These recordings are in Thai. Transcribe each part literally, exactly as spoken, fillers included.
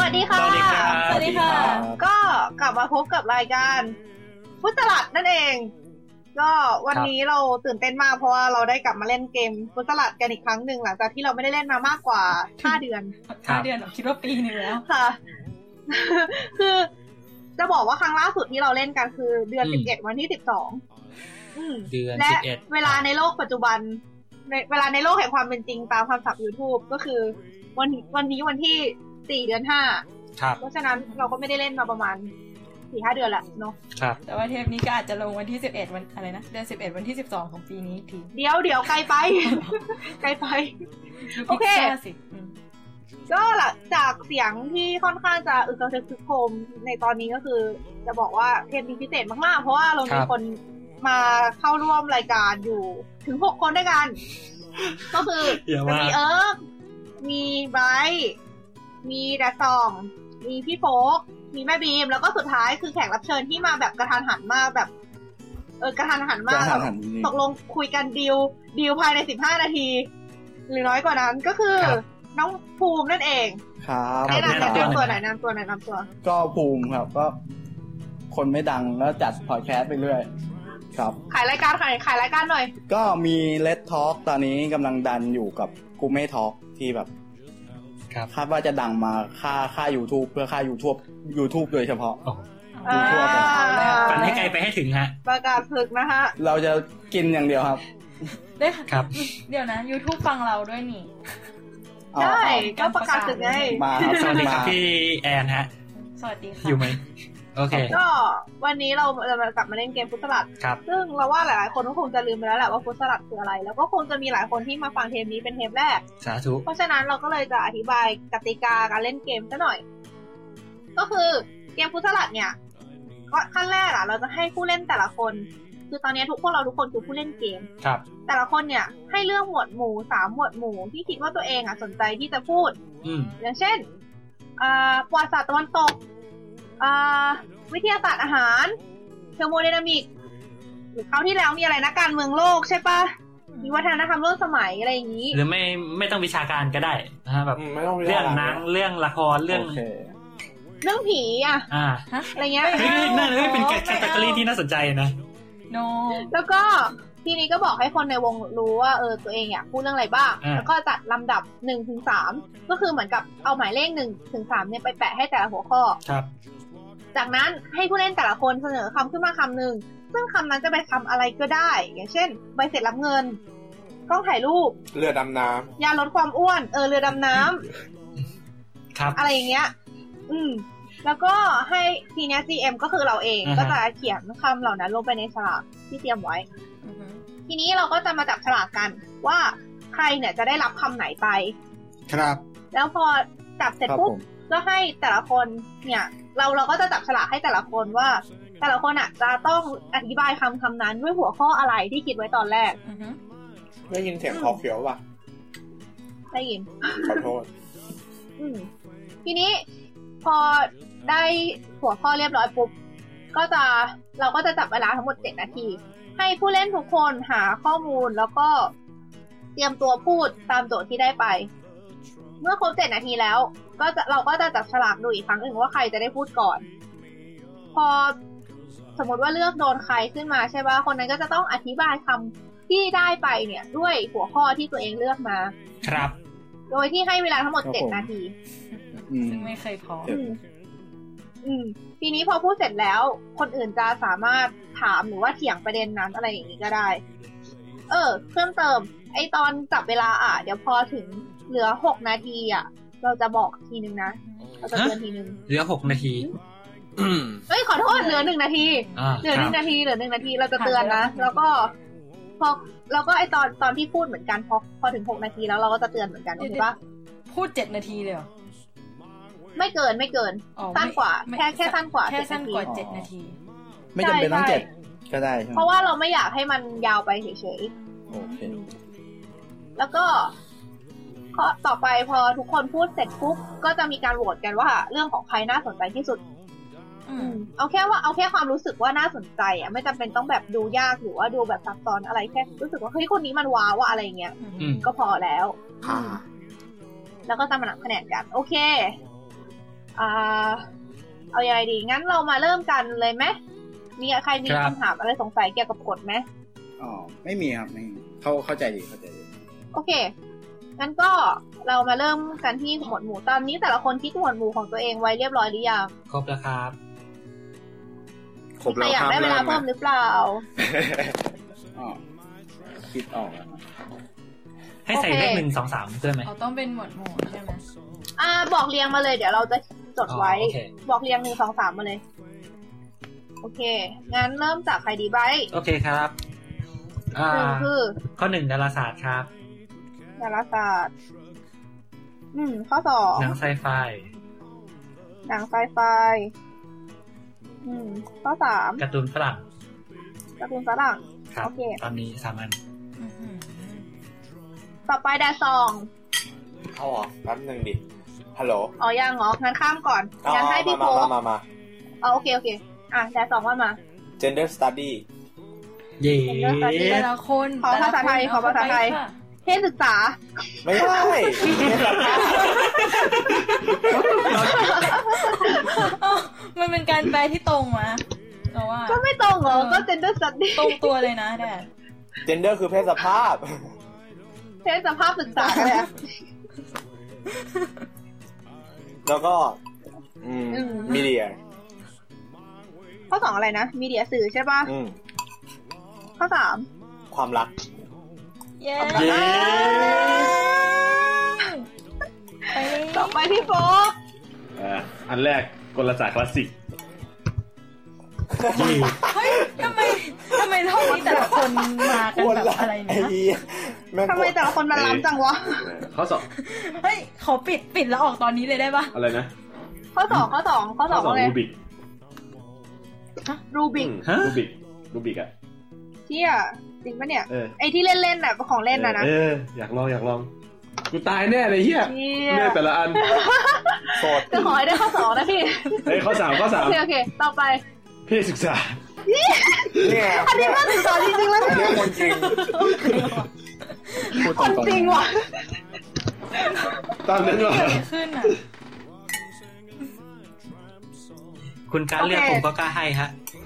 สดีค่ะสวัสดีครับสวัสดีค่ะก็กลับมาพบกับรายการฟุตสลัดนั่นเองก็วันนี้เราตื่นเต้นมากเพราะว่าเราได้กลับมาเล่นเกมฟุตสลัดกันอีกครั้งหนึ่งหลังจากที่เราไม่ได้เล่นมามากกว่าห้าเดือนห้าเดือนคิดว่าปีนึงแล้วค่ะ คือจะบอกว่าครั้งล่าสุดที่เราเล่นกันคือเดือนสิบเอ็ดวันที่สิบสองอืมเดือนและสิบเอ็ดเวลาในโลกปัจจุบันในเวลาในโลกแห่งความเป็นจริงตามคำศัพท์ YouTube ก็คือวันวันนี้วันที่สี่เดือนห้าครับเพราะฉะนั้นเราก็ไม่ได้เล่นมาประมาณ สี่ห้า เดือนละเนาะครับแต่ว่าเทปนี้ก็อาจจะลงวันที่สิบเอ็ดวันอะไรนะเดือนสิบเอ็ดวันที่สิบสองของปีนี้ทีเดี๋ยวเดี๋ยวไกลไป ไกลไปโอเคก็หลังจากเสียงที่ค่อนข้างจะอึกกระทึกคึกโครมในตอนนี้ก็คือจะบอกว่าเทปนี้พิเศษมากๆเพราะว่าเรามีคนมาเข้าร่วมรายการอยู่ถึงหกคนด้วยกันก็คือมีเอิร์กมีไบรท์มีแดซองมีพี่โฟกมีแม่บีมแล้วก็สุดท้ายคือแขกรับเชิญที่มาแบบกระทันหันมากแบบเออกระทันหันมากตกลงคุยกันดีลดีลภายในสิบห้านาทีหรือน้อยกว่านั้นก็คือน้องภูมินั่นเองครับแนะนำแนะนำตัวไหนแนะนำตัวไหนแนะนำตัวก็ภูมิครับก็คนไม่ดังแล้วจัดพอดแคสต์ไปเรื่อยครับขายรายการขายขายรายการหน่อยก็มี Let's Talk ตอนนี้กำลังดันอยู่กับกูเม่ Talk ที่แบบคาดว่าจะดังมาค่าค่า YouTube เพื่อค่า YouTube YouTube โดยเฉพาะ YouTube ฝันให้ไกลไปให้ถึงฮะประกาศผึกนะฮะเราจะกินอย่างเดียวครับได้ครับเดี๋ยวนะ YouTube ฟังเราด้วยนี่ได้ก็ประกาศผึกไงมาสวัสดีครับพี่แอนฮะสวัสดีค่ะอยู่ไหมโอเคก็วันนี้เราจะมากลับมาเล่นเกมฟุตสลัดซึ่งเราว่าหลายๆคนก็คงจะลืมไปแล้วแหละว่าฟุตสลัดคืออะไรแล้วก็คงจะมีหลายคนที่มาฟังเทปนี้เป็นเทปแรกสาธุเพราะฉะนั้นเราก็เลยจะอธิบายกติกาการเล่นเกมซะหน่อยก็คือเกมฟุตสลัดเนี่ยขั้นแรกอ่ะเราจะให้ผู้เล่นแต่ละคนคือตอนนี้ทุกคนเราทุกคนคือผู้เล่นเกมครับแต่ละคนเนี่ยให้เลือกหมวดหมู่สามหมวดหมู่ที่คิดว่าตัวเองอ่ะสนใจที่จะพูดอย่างเช่นอ่าประวัติศาสตร์ตะวันตกอ่าวิทยาศาสตร์อาหารเทอร์โมไดนามิกหรือคราวที่แล้วมีอะไรนะการเมืองโลกใช่ปะมีวัฒนธรรมร่วมสมัยอะไรอย่างนี้หรือไม่ไม่ต้องวิชาการก็ได้นะฮะแบบเรื่องหนังเรื่องละครเรื่องเรื่องผีอ่ะอ่าอะไรเงี้ยเฮ้ยนั่นเฮ้ยเป็นแคตตากรีที่น่าสนใจนะ no แล้วก็ทีนี้ก็บอกให้คนในวงรู้ว่าเออตัวเองอยากพูดเรื่องอะไรบ้างแล้วก็จัดลำดับ หนึ่งถึงสาม ก็คือเหมือนกับเอาหมายเลข หนึ่งถึงสาม เนี่ยไปแปะให้แต่ละหัวข้อครับจากนั้นให้ผู้เล่นแต่ละคนเสนอคำขึ้นมาคำหนึ่งซึ่งคำนั้นจะเป็นคำอะไรก็ได้อย่างเช่นใบเสร็จรับเงินกล้องถ่ายรูปเรือดำน้ำยาลดความอ้วนเออเรือดำน้ำครับอะไรอย่างเงี้ยอืมแล้วก็ให้ทีเนี้ย จี เอ็ม ก็คือเราเองก็จะเขียนคำเหล่านั้นลงไปในฉลากที่เตรียมไว้ทีนี้เราก็จะมาจับฉลากกันว่าใครเนี่ยจะได้รับคำไหนไปครับแล้วพอจับเสร็จปุ๊บก็ให้แต่ละคนเนี่ยเราเราก็จะจับฉลากให้แต่ละคนว่าแต่ละคนอ่ะจะต้องอธิบายคำคำนั้นด้วยหัวข้ออะไรที่คิดไว้ตอนแรกได้ยินเสียงคอเขียวป่ะได้ยินขอโทษอืมทีนี้พอได้หัวข้อเรียบร้อยปุ๊บก็จะเราก็จะจับเวลาทั้งหมดเจ็ดนาทีให้ผู้เล่นทุกคนหาข้อมูลแล้วก็เตรียมตัวพูดตามโจทย์ที่ได้ไปเมื่อครบเจ็ดนาทีแล้วก็จะเราก็จะจับฉลากดูอีกครั้งหนึ่งว่าใครจะได้พูดก่อนพอสมมติว่าเลือกโดนใครขึ้นมาใช่ป่ะคนนั้นก็จะต้องอธิบายคำที่ได้ไปเนี่ยด้วยหัวข้อที่ตัวเองเลือกมาครับโดยที่ให้เวลาทั้งหมดเจ็ดนาทีซึ่งไม่เคยพออืมทีนี้พอพูดเสร็จแล้วคนอื่นจะสามารถถามหรือว่าเถียงประเด็นนั้นอะไรอย่างนี้ก็ได้เออเพิ่มเติมไอตอนจับเวลาอ่ะเดี๋ยวพอถึงเหลือหกนาทีอ่ะเราจะบอกทีนึงนะเราจะเตือนทีนึงเหลือหกนาทีเอ้ยขอโทษเหลือหนึ่งนาทีเหลือหนึ่งนาทีเหลือหนึ่งนาทีเราจะเตือนนะแล้วก็พอแล้วก็ไอตอนตอนที่พูดเหมือนกันพอพอถึงหกนาทีแล้วเราก็จะเตือนเหมือนกันถูกปะพูดเจ็ดนาทีเลยเหรอไม่เกินไม่เกินสั้นกว่าแค่แค่สั้นกว่าแค่สั้นกว่าเจ็ดนาทีไม่จำเป็นต้องเจ็ดก็ได้ใช่ไหมเพราะว่าเราไม่อยากให้มันยาวไปเฉยๆโอเคแล้วก็ข้อต่อไปพอทุกคนพูดเสร็จปุ๊บก็จะมีการโหวตกันว่าเรื่องของใครน่าสนใจที่สุดเอาแค่ว่าเอาแค่ความรู้สึกว่าน่าสนใจอ่ะไม่จำเป็นต้องแบบดูยากหรือว่าดูแบบซับซ้อนอะไรแค่รู้สึกว่าเฮ้ยคนนี้มันว้าวว่าอะไรเงี้ยก็พอแล้วแล้วก็จะมานับคะแนนกันโอเคอ่าเอาอย่างไรดีงั้นเรามาเริ่มกันเลยไหมมีใครมีคำถามอะไรสงสัยเกี่ยวกับกฎไหมอ๋อไม่มีครับไม่เข้าเข้าใจดีเข้าใจดีโอเคงั้นก็เรามาเริ่มกันที่หมวดหมู่ตอนนี้แต่ละคนคิดหมวดหมู่ของตัวเองไว้เรียบร้อยหรือยังครบแล้วครับครบแล้วครับอยากได้เวลาเพิ่มหรือเปล่าอ๋อคิดออกแล้วให้ใส่เลขหนึ่งสองสามใช่ไหมเขาต้องเป็นหมวดหมู่ใช่ไหมอ่าบอกเรียงมาเลยเดี๋ยวเราจะจดไว้บอกเรียงหนึ่งสองสามมาเลยโอเคงั้นเริ่มจากใครดีไบโอเคครับอ่าคือข้อหนึ่งดาราศาสตร์ครับดาราศาสตร์อืมข้อสองหนังไซไฟหนังไซไฟอืมข้อสามการ์ตูนฝรั่งการ์ตูนฝรั่งโอเคตอนนี้สามอันต่อไปแดซองเอาเหรอแป๊บนึงดิฮัลโหลอ๋อยังเหรองั้นข้ามก่อนงั้นให้พี่โค้กมามาอ๋อโอเคโอเคอ่ะแดซองว่ามา gender study เย่แต่ละคนขอภาษาไทยขอภาษาไทยเพศศึกษาไม่ใช่มันเป็นการแปลที่ตรงมะเราว่าก็ไม่ตรงเหรอก็ gender study ตรงตัวเลยนะแดด gender คือเพศสภาพเพศสภาพศึกษาเลยอะแล้วก็อืมมีเดียข้อสองอะไรนะมีเดียสื่อใช่ป่ะข้อสามความรักเย้ต่อไปที่โฟกอ่าอันแรกกลศาสตร์คลาสสิกเฮ้ยทำไมทำไมรอบนี้แต่ละคนมากันแบบอะไรเนี่ยทำไมแต่ละคนมาล้ำจังวะข้อสองเฮ้ยขอปิดปิดแล้วออกตอนนี้เลยได้ปะอะไรนะข้อสองข้อสองข้อสองอะไรรูบิกรูบิกรูบิกรูบิกอะเที่ยจริงปะเนี่ยไอที่เล่นเล่นน่ะของเล่นน่ะนะเอออยากลองอยากลองกูตายแน่เลยเฮียเลือกแต่ละอันโสดจะขอให้ได้ข้อสองนะพี่เฮ้ยข้อสามข้อสามโอเคโอเคต่อไปเพศศึกษาเนี่ยอันนี้น่าศึกษาจริงๆแล้วเนี่ยคนจริงคนจริงว่ะตอนนั้นว่ะขึ้นอ่ะคุณการเลือกผมก็กล้าให้ฮะ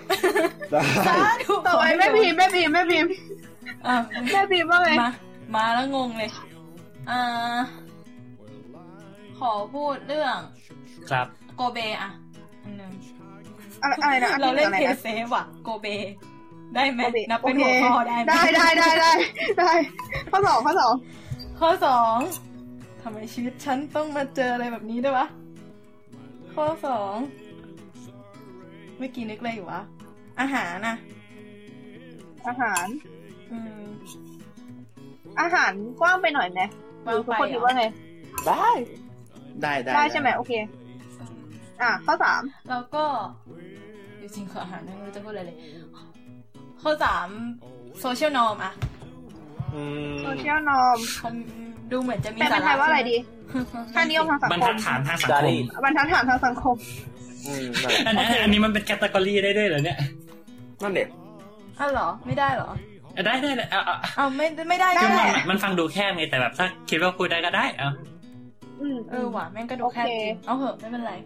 ต่อไปแม่พิมพ์แม่พิมพ์แม่พิมพ์อ่ะแม่พิมพ์ว่าไงมามาแล้วงงเลยอ่าขอพูดเรื่องครับโกเบอ่ะอันนึงอะไรนะเราเล่นเพย์เซฟอ่ะโกเบได้ไหมนับเป็นหัวข้อได้ไหมได้ได้ได้ได้ได้ข้อสองข้อสองข้อสองทำไมชีวิตฉันต้องมาเจออะไรแบบนี้ด้วยวะข้อสองเมื่อกี้นึกอะไรอยู่วะอาหารนะอาหารอืมอาหารกว้างไปหน่อยไหมหรือทุกคนคิดว่าไงได้ได้ได้ได้ใช่ไหมโอเคอ่ะข้อสามแล้วก็จริงๆคืออาหารไม่รู้จะพูดอะไรเลยข้อสามโซเชียลนอร์มอะโซเชียลนอร์มดูเหมือนจะมีสาระว่าอะไรดีค่านิยมทางสังคมบรรทัดฐานทางสังคมบรรทัดฐานทางสังคมอันนี้อันนี้มันเป็นแคตตากรีได้ด้วยเหรอเนี่ยนั่นเด็กอ้าวเหรอไม่ได้เหรอได้ได้เลยเอาเอาไม่ไม่ได้คือมันมันฟังดูแค่ไงแต่แบบถ้าคิดว่าคุยได้ก็ได้เอาอืมเออว่ะแม่งก็ดูแค่เอาเหอะไม่เป็นไร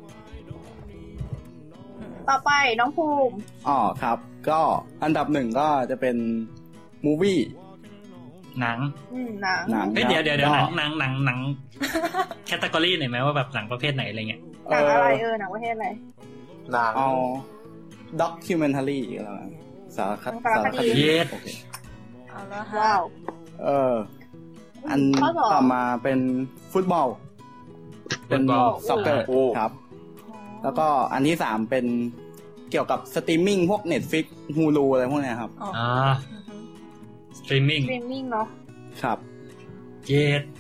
ต่อไปน้องภูมิอ๋อครับก็อันดับหนึ่งก็จะเป็นมูวี่หนังอืมหนังหนังเดี๋ยวเดี๋ยวเดี๋ยวหนังหนังหนังหนังแคตตากรีหน่อยไหมว่าแบบหนังประเภทไหนอะไรเงี้ยหนังอะไรเออหนังประเภทอะไรหนังเอาด็อกคิวเมนทารีอะไรสารคดีสารคดีโอเคเอาละฮะว้าวเอออันต่อมาเป็นฟุตบอลเป็นซ็อกเกอร์ครับแล้วก็อันที่สามเป็นเกี่ยวกับสตรีมมิ่งพวก Netflix Hulu อะไรพวกนี้ครับอ่าสตรีมมิ่งสตรีมมิ่งเนาะครับเจ็ด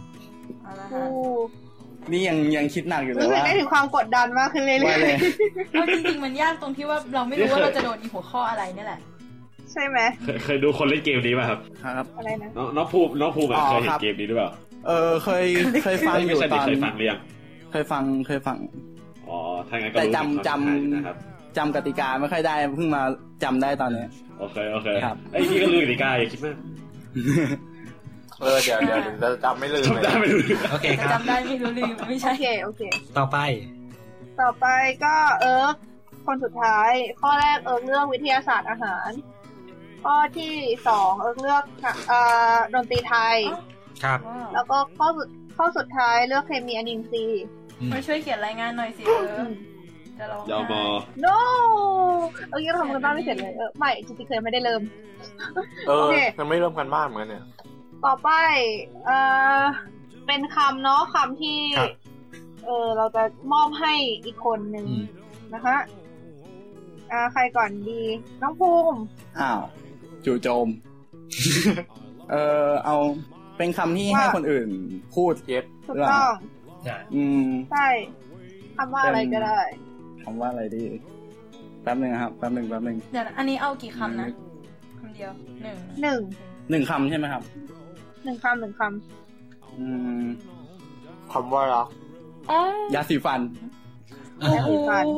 นี่ยังยังคิดหนักอยู่เลยว่าได้ถึงความกดดันมากขึ้นเรื่อยๆเอาจริงๆมันยากตรงที่ว่าเราไม่รู้ว่าเราจะโดนอีหัวข้ออะไรนี่แหละใช่ไหมเคยดูคนเล่นเกมนี้ป่ะครับครับอะไรนะน้องภูมิน้องภูมิเคยเห็นเกมนี้หรือเปล่าเออเคยเคยฟังอยู่ตอนเคยฟังหรือยังเคยฟังเคยฟังอ๋อถ้างั้นก็รู้แต่จำจำนะครับจำกติกาไม่ค่อยได้เพิ่งมาจำได้ตอนนี้โอเคโอเคไอ้ที่ก็ลืมกติกาอย่าคิดมากเออเดี๋ยวเดี๋ยวจะจำไม่ลืมจำได้ไม่ลืมโอเคครับจำได้ไม่รู้ลืมไม่ใช่โอเคโอเคต่อไปต่อไปก็เอิร์กคนสุดท้ายข้อแรกเอิร์กเลือกวิทยาศาสตร์อาหารข้อที่สองเอิร์กเลือกเอ่อดนตรีไทยครับแล้วก็ข้อสุดข้อสุดท้ายเลือกเคมีอนินทรีย์มาช่วยเขียนรายงานหน่อยสิเออจะลองยอมอ no เอิร์กยังทำกันบ้านไม่เสร็จเลยเออไม่จริงๆเคยไม่ได้เริ่มเออยังไม่เริ่มกันบ้านเหมือนกันเนี่ยต่อไปเอ่อเป็นคำเนาะคำที่เออเราจะมอบให้อีกคนหนึ่งนะคะอ่าใครก่อนดีน้องภูมิอ้าวจู่โจม เออเอาเป็นคำที่ให้คนอื่นพูดเย็บถูกต้องอืมใช่คำว่าอะไรก็ได้คำว่าอะไรดีแป๊บนึงครับแป๊บนึงแป๊บนึงเดี๋ยวอันนี้เอากี่คำนะคำเดียวหนึ่งหนึ่งหนึ่งคำใช่ไหมครับหนึ่งคำหนึ่งคำอืมคำว่าอะไรยาสีฟันยาสีฟัน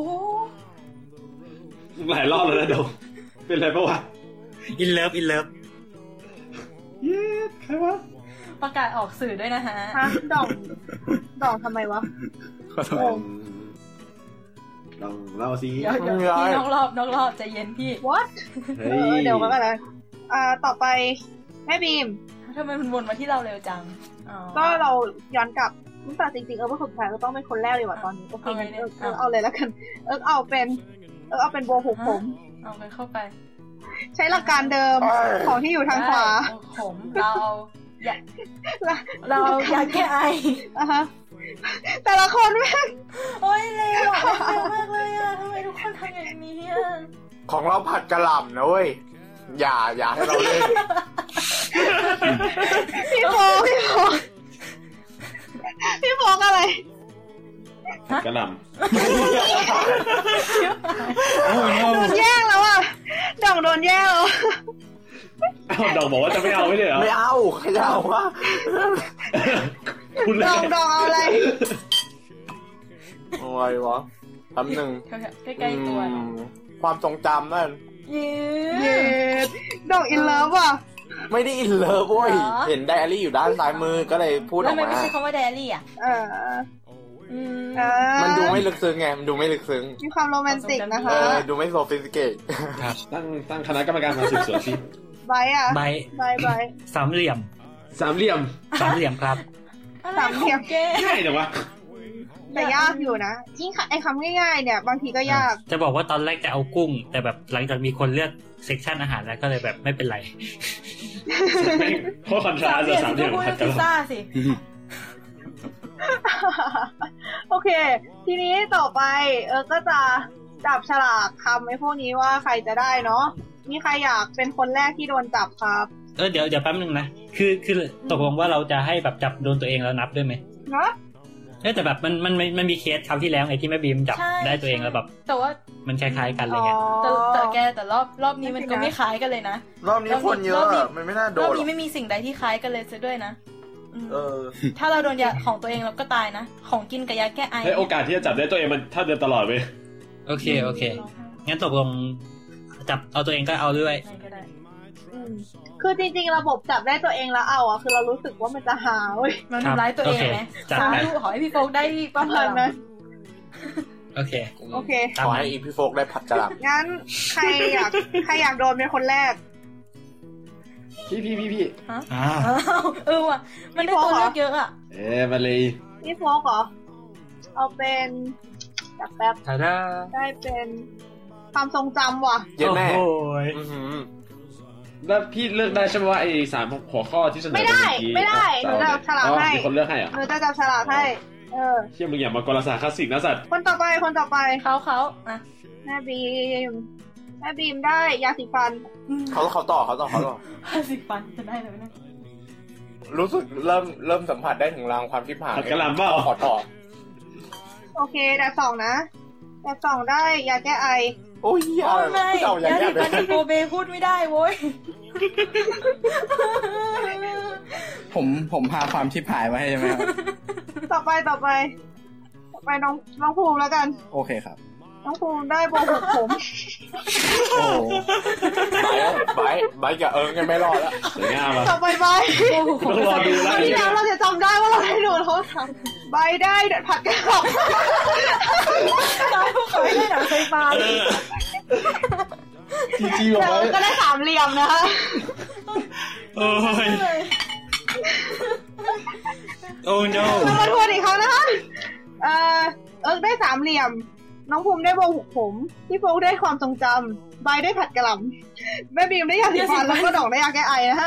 หลายรอบแล้วนะเดี๋ยวเป็นไรปะวะอินเลิฟอินเลิฟเย้ใครวะประกาศออกสื่อด้วยนะฮะฮะดองดองทำไมวะลองลองเล่าสิเดี๋ยวพี่นอกรอบนอกรอบใจเย็นพี่ what เดี๋ยวก็แล้วอ่าต่อไปแม่บีมทำไมมันวนมาที่เราเร็วจังก็เราย้อนกลับตั้งแต่จริงๆเออว่าสุดท้ายก็ต้องเป็นคนแรกเลยว่ะตอนนี้โอเคงั้นเออเออเอาเลยแล้วกันเออเอาเป็นเออเอาเป็นโบผูกผมเอาไปเข้าไปใช้หลักการเดิมของที่อยู่ทางขวาผมเราอยากเราอยากแก้ไออ่ะฮะแต่ละคนแม่งโอ๊ยเร็วอ่ะเร็วมากเลยอ่ะทำไมทุกคนทำอย่างนี้อ่ะของเราผัดกะหล่ำนะเว้ยอย่าอย่าให้เราเล่นพี่โฟพี่โฟพี่โฟอะไรกะหล่ำโดนแย่งแล้วอ่ะดองโดนแย่งแล้วอ้าวดองบอกว่าจะไม่เอาไม่ใช่เหรอไม่เอาใครจะเอาวะดองดองเอาอะไรอะไรวะคำหนึ่งใกล้ๆตัวความทรงจำนั่นเย้ดองอินเลิฟอ่ะไม่ได้อินเลิฟเว้ยเห็นไดอารี่อยู่ด้านซ้ายมือก็เลยพูดออกมาแล้วไม่ใช่คำว่าไดอารี่อ่ะเออมันดูไม่ลึกซึ้งไงมันดูไม่ลึกซึ้งมีความโรแมนติกนะคะเออดูไม่โซฟิสติเคทครับตั้งตั้งคณะกรรมการมาสืบสวนสิใบอ่ะใบใบใบสามเหลี่ยมสามเหลี่ยมสามเหลี่ยมครับสามเหลี่ยมง่ายจังวะแต่ยากอยู่นะยิ่งไอ้คำง่ายๆเนี่ยบางทีก็ยากจะบอกว่าตอนแรกจะเอากุ้งแต่แบบหลังจากมีคนเลือกเซกชันอาหารแล้วก็เลยแบบไม่เป็นไรเพราะคอนทราสต์สามเหลี่ยมผัดกะหล่ำสิโอเคทีนี้ต่อไปเออก็จะจับฉลากคำไอ้พวกนี้ว่าใครจะได้เนาะมีใครอยากเป็นคนแรกที่โดนจับครับเออเดี๋ยวเดี๋ยวแป๊บนึงนะคือคือตกลงว่าเราจะให้แบบจับโดนตัวเองแล้วนับด้วยไหมนะเออแต่แบบมันมันมันมีเคสคราวที่แล้วไงที่แม่บีมจับได้ตัวเองแล้วแบบแต่ว่ามันคล้ายๆกันเลยไงแต่แต่แกแต่รอบรอบนี้มันก็ไม่คล้ายกันเลยนะรอบนี้คนเยอะมันไม่น่าโดนรอบนี้ไม่มีสิ่งใดที่คล้ายกันเลยซะด้วยนะเออถ้าเราโดนยาของตัวเองเราก็ตายนะของกินกับยาแก้ไอให้โอกาสที่จะจับได้ตัวเองมันถ้าเดินตลอดไปโอเคโอเคงั้นตกลงจับเอาตัวเองก็เอาด้วยคือจริงๆระบบจับได้ตัวเองแล้วเอาอ่ะคือเรารู้สึกว่ามันจะหาเว้ยมันทำร้ายตัวเองไหมสาธุขอให้พี่โฟกได้ประมาณนั้นโอเคโอเคขอให้อีพี่โฟกได้ผัดกะหล่ำงั้นใครอยากใครอยากโดนเป็นคนแรกพี่พี่พี่พี่ฮะเออว่ะมันได้ตัวเลือกเยอะอ่ะเอ๊ะมาเลยพี่โฟกเหรอเอาเป็นจับแป๊บได้เป็นความทรงจำว่ะเยอะแม่แล้วพี่เลือกได้ใช่ไหมว่าไอ้สามหัวข้อที่เสนอไม่ได้ไม่ได้หนูจะฉลากให้มีคนเลือกให้อ่ะหนูจะจับฉลากให้เออเชี่ยมึงอย่ามากรศาสตร์คลาสสิกนะสัตว์คนต่อไปคนต่อไปเขาเขาอ่ะแม่บีมแม่บีมได้ยาสีฟันเขาเขาต่อเขาต่อเขาต่อยาสีฟันจะได้เลยนะรู้สึกเริ่มเริ่มสัมผัสได้ถึงรางความคิดผ่านกระลำเปล่าขอต่อโอเคแต่สองนะแต่สองได้ยาแก้ไอโอ้ยยาไม่ยาสีฟันที่โกเบพูดไม่ได้โว้ยผมผมพาความชิบหายมาให้ใช่ไหมครับต่อไปต่อไปต่อไปน้องน้องภูมิแล้วกันโอเคครับน้องภูมิได้โบหุบผมโอ้ใบใบกับเอิงกันไม่รอดแล้วสวยงามอ่ะต่อไปใบต้องรอดูแล้วที่แล้วเราจะจำได้ว่าเราให้ดูเขาทใบได้ผัดกะหล่ำตายผู้ขายได้หนังไฟฟ้าจีจีบอกไว้ก็ได้สามเหลี่ยมนะคะโอ้ยโอ้ no เรามาทวนอีกครั้งนะคะเอ่อเอิร์กได้สามเหลี่ยมน้องภูมิได้โบว์หุบผมพี่โฟกได้ความทรงจำใบได้ผัดกะหล่ำแม่บีมได้ยาสีฟันแล้วก็ดอกได้ยาแก้ไอนะคะ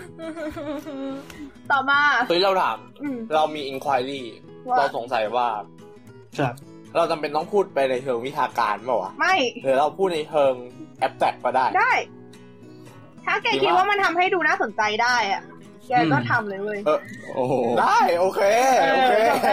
ต่อมาเฮ้ยเราถามเรามี inquiry เราสงสัยว่าครับเราจำเป็นต้องพูดไปในเชิงวิชาการเปล่าวะไม่หรือเราพูดในเชิงแอบแตกก็ได้ได้ถ้าแกคิดว่ามันทำให้ดูน่าสนใจได้อะแกก็ทำเลยเว้ยโอ้โหได้โอเคโอเค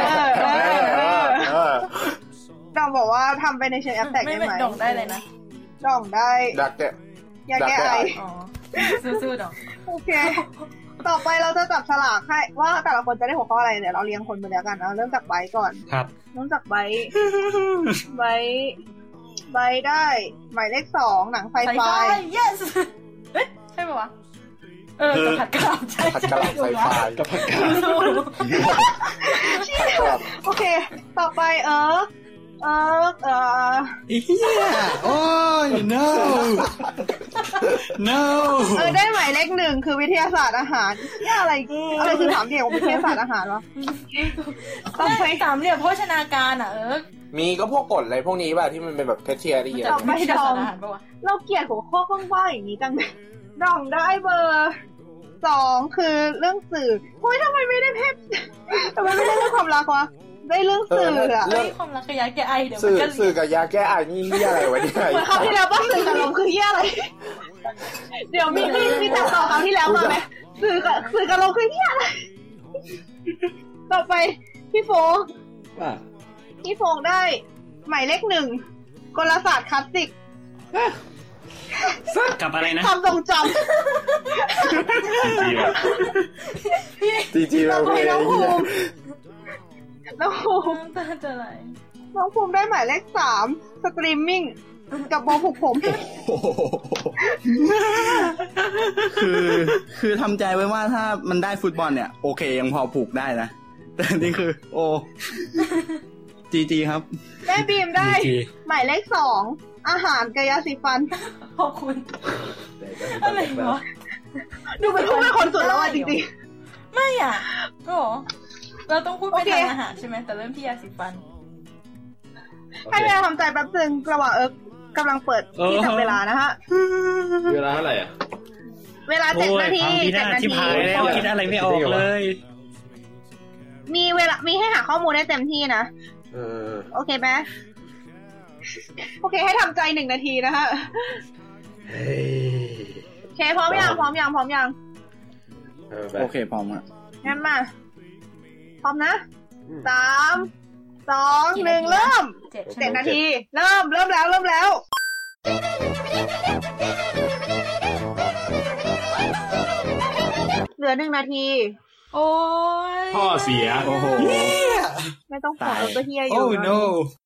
ดองบอกว่าทำไปในเชิงแอปแตกได้ไหมดองได้เลยนะดองได้ดักแกอยากแก้ไออ๋อสู้ๆดองโอเคต่อไปเราจะจับฉลากให้ว่าแต่ละคนจะได้หัวข้ออะไรเดี๋ยวเราเรียงคนไปแล้วกันนะเริ่มจากไบก่อนครับเริ่มจากไบไบไบได้หมายเลขสองหนังไฟไฟ yes เอ๊ะใช่ป่ะวะเออผัดกะหล่ำใช่ผัดกะหล่ำไฟไฟกับผัดกะหล่ำโอเคต่อไปเออเออเออเฮียโอ้ย no no เออได้หมายเลขหนึ่งคือวิทยาศาสตร์อาหารเนี่ยอะไรอะไรคือถามเดี่ยววิทยาศาสตร์อาหารวะต้องไปสามเหลี่ยมโภชนาการอ่ะเออมีก็พวกกฎอะไรพวกนี้ป่ะที่มันเป็นแบบแคชเชียร์ที่เราไม่ดองเราเกลียดหัวข้อข้างบ้าอย่างนี้จังเลยดองได้เบอร์สองคือเรื่องสื่อเฮ้ยทำไมไม่ได้เพศทำไมไม่ได้เรื่องความรักวะได้เรื่องสื่ออะเรื่องความรักกับยาแก้ไอเดี๋ยวมันก็สื่อกับยาแก้ไอนี่เหี้ยอะไรวะเนี่ยเหมือนคราวที่แล้วป่ะสื่อกับลมคือเหี้ยอะไรเดี๋ยวมีมีมีตัดต่อคราวที่แล้วมาไหมสื่อกับสื่อกับลมคือเหี้ยอะไรต่อไปพี่โฟพี่โฟได้หมายเลขหนึ่งกลศาสตร์คลาสสิกกับอะไรนะความทรงจำจีจีเราไปน้องภูมิน้องภูมิตาจะไหลน้องภูมิได้หมายเลขสามสตรีมมิ่งกับโบผูกผมคือคือทำใจไว้ว่าถ้ามันได้ฟุตบอลเนี่ยโอเคยังพอผูกได้นะแต่นี่คือโอ้จีจีครับได้บีมได้หมายเลขสองอาหารกายสีฟันขอบคุณอะไรวะดูเป็นผู้เป็นคนสุดแล้วอ่ะจริงๆไม่อ่ะก็เราต้องพูดไปทางอาหารใช่ไหมแต่เริ่มที่ยาสีฟันให้เวลาทำใจแป๊บนึงระหว่างเอิร์กกำลังเปิดที่จับเวลานะฮะเวลาเท่าไหร่อ่ะเวลาเจ็ดนาทีเจ็ดนาทีแล้วคิดอะไรไม่ออกเลยมีเวลามีให้หาข้อมูลได้เต็มที่นะเออโอเคไหมโอเคให้ทำใจหนึ่งนาทีนะฮะโอเคพร้อมยังพร้อมยังพร้อมยังโอเคพร้อมอ่ะงั้นมาพร้อมนะสามสองหนึ่งเริ่มเจ็ดนาทีเริ่มเริ่มแล้วเริ่มแล้วเหลือหนึ่งนาทีโอ้ยพ่อเสียโอ้โหไม่ต้องขอตัวเฮียอยู่โอ้ no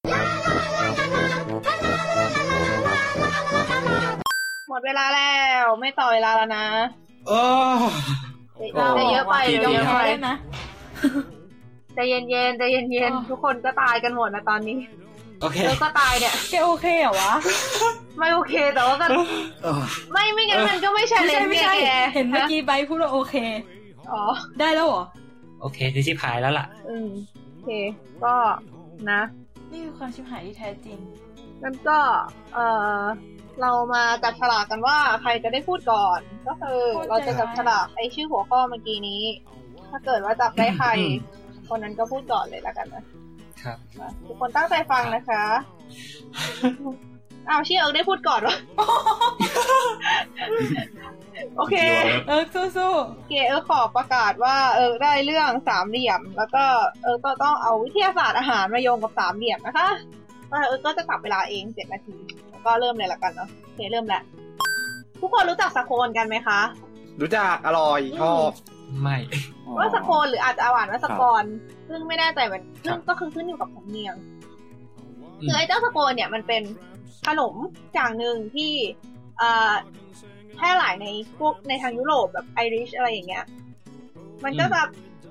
หมดเวลาแล้วไม่ต่อเวลาแล้วนะโอ้จะเยอะไปเดี๋ยวแพ้นะใจเย็นๆใจเย็นๆทุกคนก็ตายกันหมดนะตอนนี้โอเคแล้วก็ตายเนี่ยแกโอเคเหรอวะไม่โอเคแต่ว่าก็ไม่ไม่งั้นมันก็ไม่ใช่เลยไม่ใช่เห็นเมื่อกี้ใบพูดว่าโอเคอ๋อได้แล้วเหรอโอเคที่ชิบหายแล้วล่ะอืมโอเคก็นะนี่คือความชิบหายที่แท้จริงงั้นก็เออเรามาจับฉลากกันว่าใครจะได้พูดก่อนก็คือเราจะจับฉลากไอ้ชื่อหัวข้อเมื่อกี้นี้ถ้าเกิดว่าจับได้ใครคนนั้นก็พูดก่อนเลยแล้วกันนะครับทุกคนตั้งใจฟังนะคะอ้าวชื่อเอิร์กได้พูดก่อนวะโอเคเอิร์กสู้ๆโอเคเอิร์กขอประกาศว่าเอิร์กได้เรื่องสามเหลี่ยมแล้วก็เอิร์กก็ต้องเอาวิทยาศาสตร์อาหารมาโยงกับสามเหลี่ยมนะคะเอิร์กก็จะจับเวลาเองเจ็ดนาทีแล้วก็เริ่มเลยละกันเนาะโอเคเริ่มแล้วทุกคนรู้จักสโคนกันไหมคะรู้จักอร่อยชอบไม่ว่าสโคนหรืออาจจะอ่านว่าสกอนซึ่งไม่แน่ใจเหมือนซึ่งก็คือขึ้นอยู่กับสำเนียงคือไอ้เจ้าสโคนเนี่ยมันเป็นขนมอย่างหนึ่งที่แพร่หลายในพวกในทางยุโรปแบบไอริชอะไรอย่างเงี้ยมันก็จะ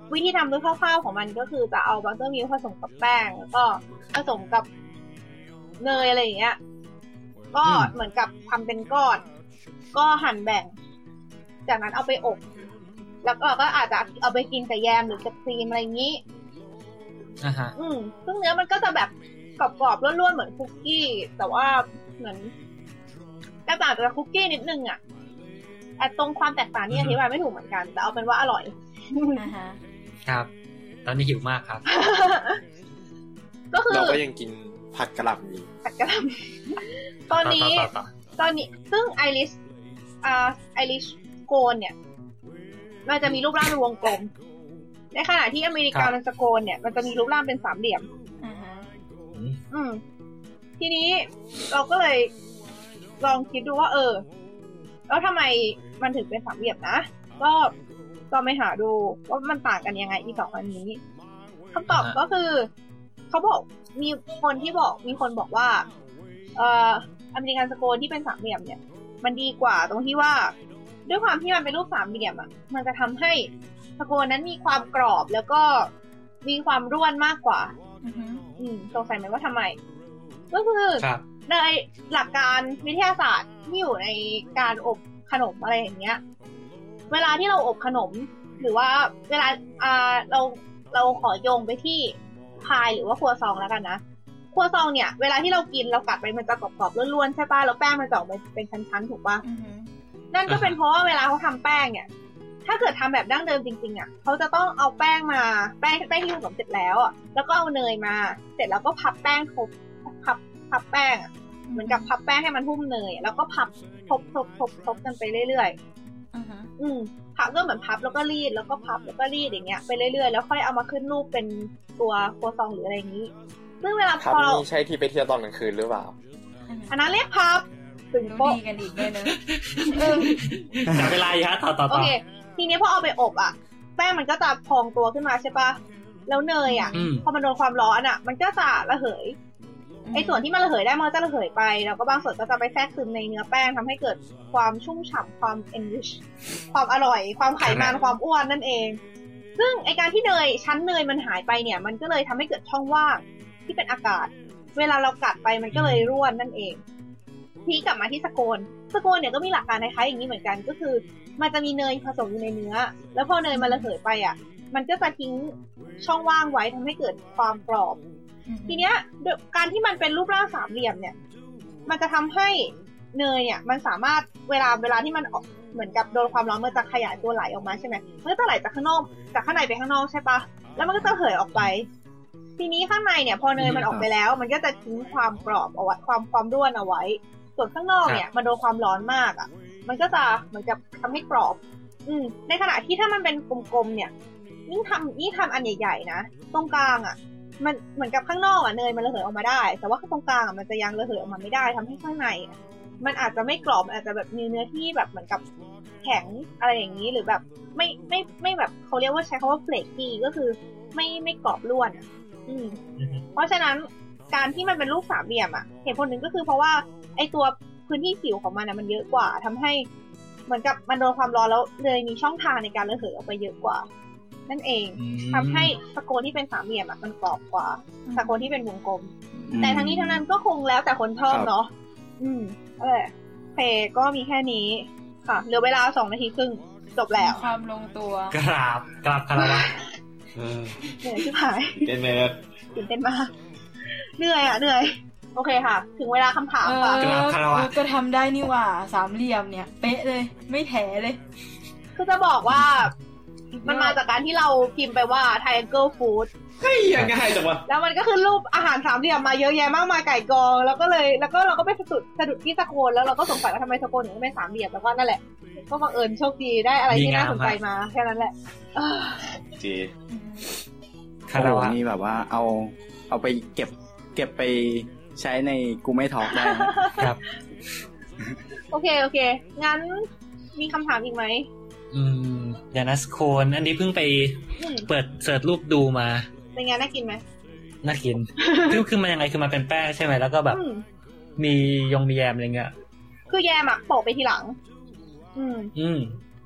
วิธีทำโดยคร่าวๆของมันก็คือจะเอาบัตเตอร์มิลค์ผสมกับแป้งแล้วก็ผสมกับเนยอะไรอย่างเงี้ยก็เหมือนกับทำเป็นก้อนก็หั่นแบ่งจากนั้นเอาไปอบแล้วก็ก็อาจจะเอาไปกินกับแยมหรือกับครีมอะไรอย่างนี้อ่าฮะอืมซึ่งเนื้อมันก็จะแบบกรอบๆร่วนๆเหมือนคุกกี้แต่ว่าเหมือนก็ต่างจากคุกกี้นิดนึงอ่ะแต่ตรงความแตกต่างนี่อธิบายไม่ถูกเหมือนกันแต่เอาเป็นว่าอร่อยอ่าฮะครับตอนนี้หิวมากครับก็คือเราก็ยังกินผัดกะหล่ำอยู่ผัดกะหล่ำตอนนี้ตอนนี้ซึ่งไอริชอ่าไอริชโกนเนี่ยมันจะมีรูปร่างเป็นวงกลมในขณะที่อเมริกาโนสโกนเนี่ยมันจะมีรูปร่างเป็นสามเหลี่ยมอ่าฮะอืมทีนี้เราก็เลยลองคิดดูว่าเออแล้วทำไมมันถึงเป็นสามเหลี่ยมนะก็ก็ไปหาดูว่ามันต่างกันยังไงอีสองอันนี้คำตอบก็คือเขาบอกมีคนที่บอกมีคนบอกว่าเอ่ออเมริกันสโกนที่เป็นสามเหลี่ยมเนี่ยมันดีกว่าตรงที่ว่าด้วยความที่มันเป็นรูปสามเหลี่ยมอ่ะมันจะทำให้สโกนนั้นมีความกรอบแล้วก็มีความร่วนมากกว่าอืมสงสัยไหมว่าทำไมก็คือในหลักการวิทยาศาสตร์ที่อยู่ในการอบขนมอะไรอย่างเงี้ยเวลาที่เราอบขนมหรือว่าเวลาอ่าเราเราขอโยงไปที่พายหรือว่าครัวซองแล้วกันนะครัวซองเนี่ยเวลาที่เรากินเรากัดไปมันจะกรอบๆล้วนๆใช่ป่ะแล้วแป้งมันจะออกมาเป็นชั้นๆถูกป่ะนั่นก็เป็นเพราะว่าเวลาเขาทำแป้งเนี่ยถ้าเกิดทำแบบดั้งเดิมจริงๆอ่ะเขาจะต้องเอาแป้งมาแป้งแป้งที่ผสมเสร็จแล้วอ่ะแล้วก็เอาเนยมาเสร็จแล้วก็พับแป้งทบพับพับแป้งอ่ะเหมือนกับพับแป้งให้มันหุ้มเนยแล้วก็พับทบทบทบทบกันไปเรื่อยๆอือฮึอืมพับก็เหมือนพับแล้วก็รีดแล้วก็พับแล้วก็รีดอย่างเงี้ยไปเรื่อยๆแล้วค่อยเอามาขึ้นรูปเป็นตัวครัวซองหรืออะไรอย่างนี้ซึ่งเวลาพอเราใช่ที่ไปเที่ยวตอนกลางคืนหรือเปล่าอันนั้นเรียกพับถึงโป๊ะกันอีกด้วยนะจับเวลาฮะต่อต่อโอเคทีนี้พอเอาไปอบอ่ะแป้งมันก็จะพองตัวขึ้นมาใช่ปะแล้วเนยอ่ะพอมันโดนความร้อนอ่ะมันก็จะระเหยไอ้ส่วนที่มันระเหยได้มันจะระเหยไปแล้วก็บางส่วนก็จะไปแทรกซึมในเนื้อแป้งทำให้เกิดความชุ่มฉ่ำความ enrich ความอร่อยความไขมันความอ้วนนั่นเองซึ่งไอ้การที่เนยชั้นเนยมันหายไปเนี่ยมันก็เลยทำให้เกิดช่องว่างที่เป็นอากาศเวลาเรากัดไปมันก็เลยร่วนนั่นเองทีกลับมาที่สโคนสโคนเนี่ยก็มีหลักการคล้ายๆอย่างนี้เหมือนกันก็คือมันจะมีเนยผสมอยู่ในเนื้อแล้วพอเนยมันระเหยไปอ่ะมันก็จะทิ้งช่องว่างไว้ทำให้เกิดความกรอบทีเนี้ยการที่มันเป็นรูปร่างสามเหลี่ยมเนี่ยมันจะทำให้เนยเนี่ยมันสามารถเวลาเวลาที่มันเหมือนกับโดนความร้อนมันจะขยายตัวไหลออกมาใช่ไหมมันก็จะไหลจากข้างนอกจากข้างในไปข้างนอกใช่ปะแล้วมันก็จะระเหยออกไปทีนี้ข้างในเนี่ยพอเนยมันออกไปแล้วมันก็จะทิ้งความกรอบเอาไว้ความความร่วนเอาไว้ส่วนข้างนอกเนี่ยมันโดนความร้อนมากอ่ะมันก็จะเหมือนกับทำให้กรอบอืมในขณะที่ถ้ามันเป็นกลมๆเนี่ยยิ่งทำยิ่งทำอันใหญ่ๆนะตรงกลางอ่ะมันเหมือนกับข้างนอกอ่ะเนยมันระเหยออกมาได้แต่ว่าตรงกลางอ่ะมันจะยังระเหยออกมาไม่ได้ทำให้ข้างในมันอาจจะไม่กรอบอาจจะแบบมีเนื้อที่แบบเหมือนกับแข็งอะไรอย่างนี้หรือแบบไม่ไม่ไม่แบบเขาเรียกว่าใช้คำว่าเฟลกกี้ก็คือไม่ไม่กรอบร่วนอ่ะอืมเพราะฉะนั้นการที่มันเป็นรูปสามเหลี่ยมอ่ะเหตุผลหนึ่งก็คือเพราะว่าไอตัวพื้นที่ผิวของมันนะมันเยอะกว่าทำให้เหมือนกับมันโดนความร้อนแล้วเลยมีช่องทางในการระเหยออกไปเยอะกว่านั่นเองทำให้สโคนที่เป็นสามเหลี่ยมอ่ะมันกรอบกว่าสโคนที่เป็นวงกลมแต่ทั้งนี้ทั้งนั้นก็คงแล้วแต่คนชอบเนาะอืมเออเพก็มีแค่นี้ค่ะเหลือเวลาสองนาทีครึ่งจบแล้วความลงตัวกราบกราบคารวะเหนื่อยชิบหายเต้นเมย์ตื่นเต้นมากเหนื่อยอ่ะเหนื่อยโอเคค่ะถึงเวลาคำถามค่ะก็ทำได้นี่หว่าสามเหลี่ยมเนี่ยเป๊ะเลยไม่แถเลยคือจะบอกว่ามันมาจากการที่เราพิมพ์ไปว่า Triangle Food เฮ้ยยังไงจังวะแล้วมันก็คือรูปอาหารสามเหลี่ยมมาเยอะแยะมากมายไก่กองแล้วก็เลยแล้วก็เราก็ไปสะดุดสะดุดที่สโคนแล้วเราก็สงสัยว่าทำไมสโคนถึงเป็นสามเหลี่ยมแล้วก็นั่นแหละก็บังเอิญโชคดีได้อะไรที่น่าสนใจมาแค่นั้นแหละจีคาราวันนี้แบบว่าเอาเอาไปเก็บเก็บไปใช้ในกูไม่ทอล์กได้ครับโอเคโอเคงั้นมีคำถามอีกไหมอืมยานัสโคนอันนี้เพิ่งไปเปิดเสิร์ชรูปดูมาเป็นไงน่ากินไหมน่ากินคือคือมันยังไงคือมันเป็นแป้งใช่ไหมแล้วก็แบบมียงมีแยมอะไรเงี้ยคือแยมอะโปะไปทีหลังอืมอืม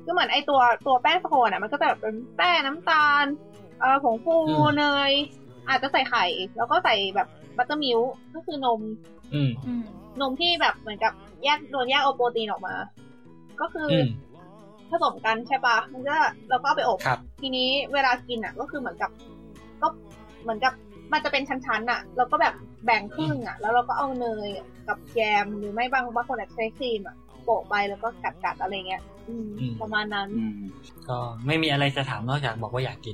ก็เหมือนไอตัวตัวแป้งสโคนอ่ะมันก็จะแบบเป็นแป้งน้ำตาลเอ่อผงฟูเนยอาจจะใส่ไข่แล้วก็ใส่แบบบัตเตอร์มิลค์ก็คือนมนมที่แบบเหมือนกับแยกโดนแยกเอาโปรตีนออกมาก็คือผสมกันใช่ปะมันก็เราก็เอาไปอบทีนี้เวลากินอ่ะก็คือเหมือนกับก็เหมือนกับมันจะเป็นชั้นๆอ่ะแล้วก็แบบแบ่งครึ่งอ่ะแล้วเราก็เอาเนยกับแยมหรือไม่บางบางคนอาจจะใช้ครีมอ่ะโปะไปแล้วก็กัดๆอะไรเงี้ยประมาณนั้นก็ไม่มีอะไรจะถามนอกจากบอกว่าอยากกิน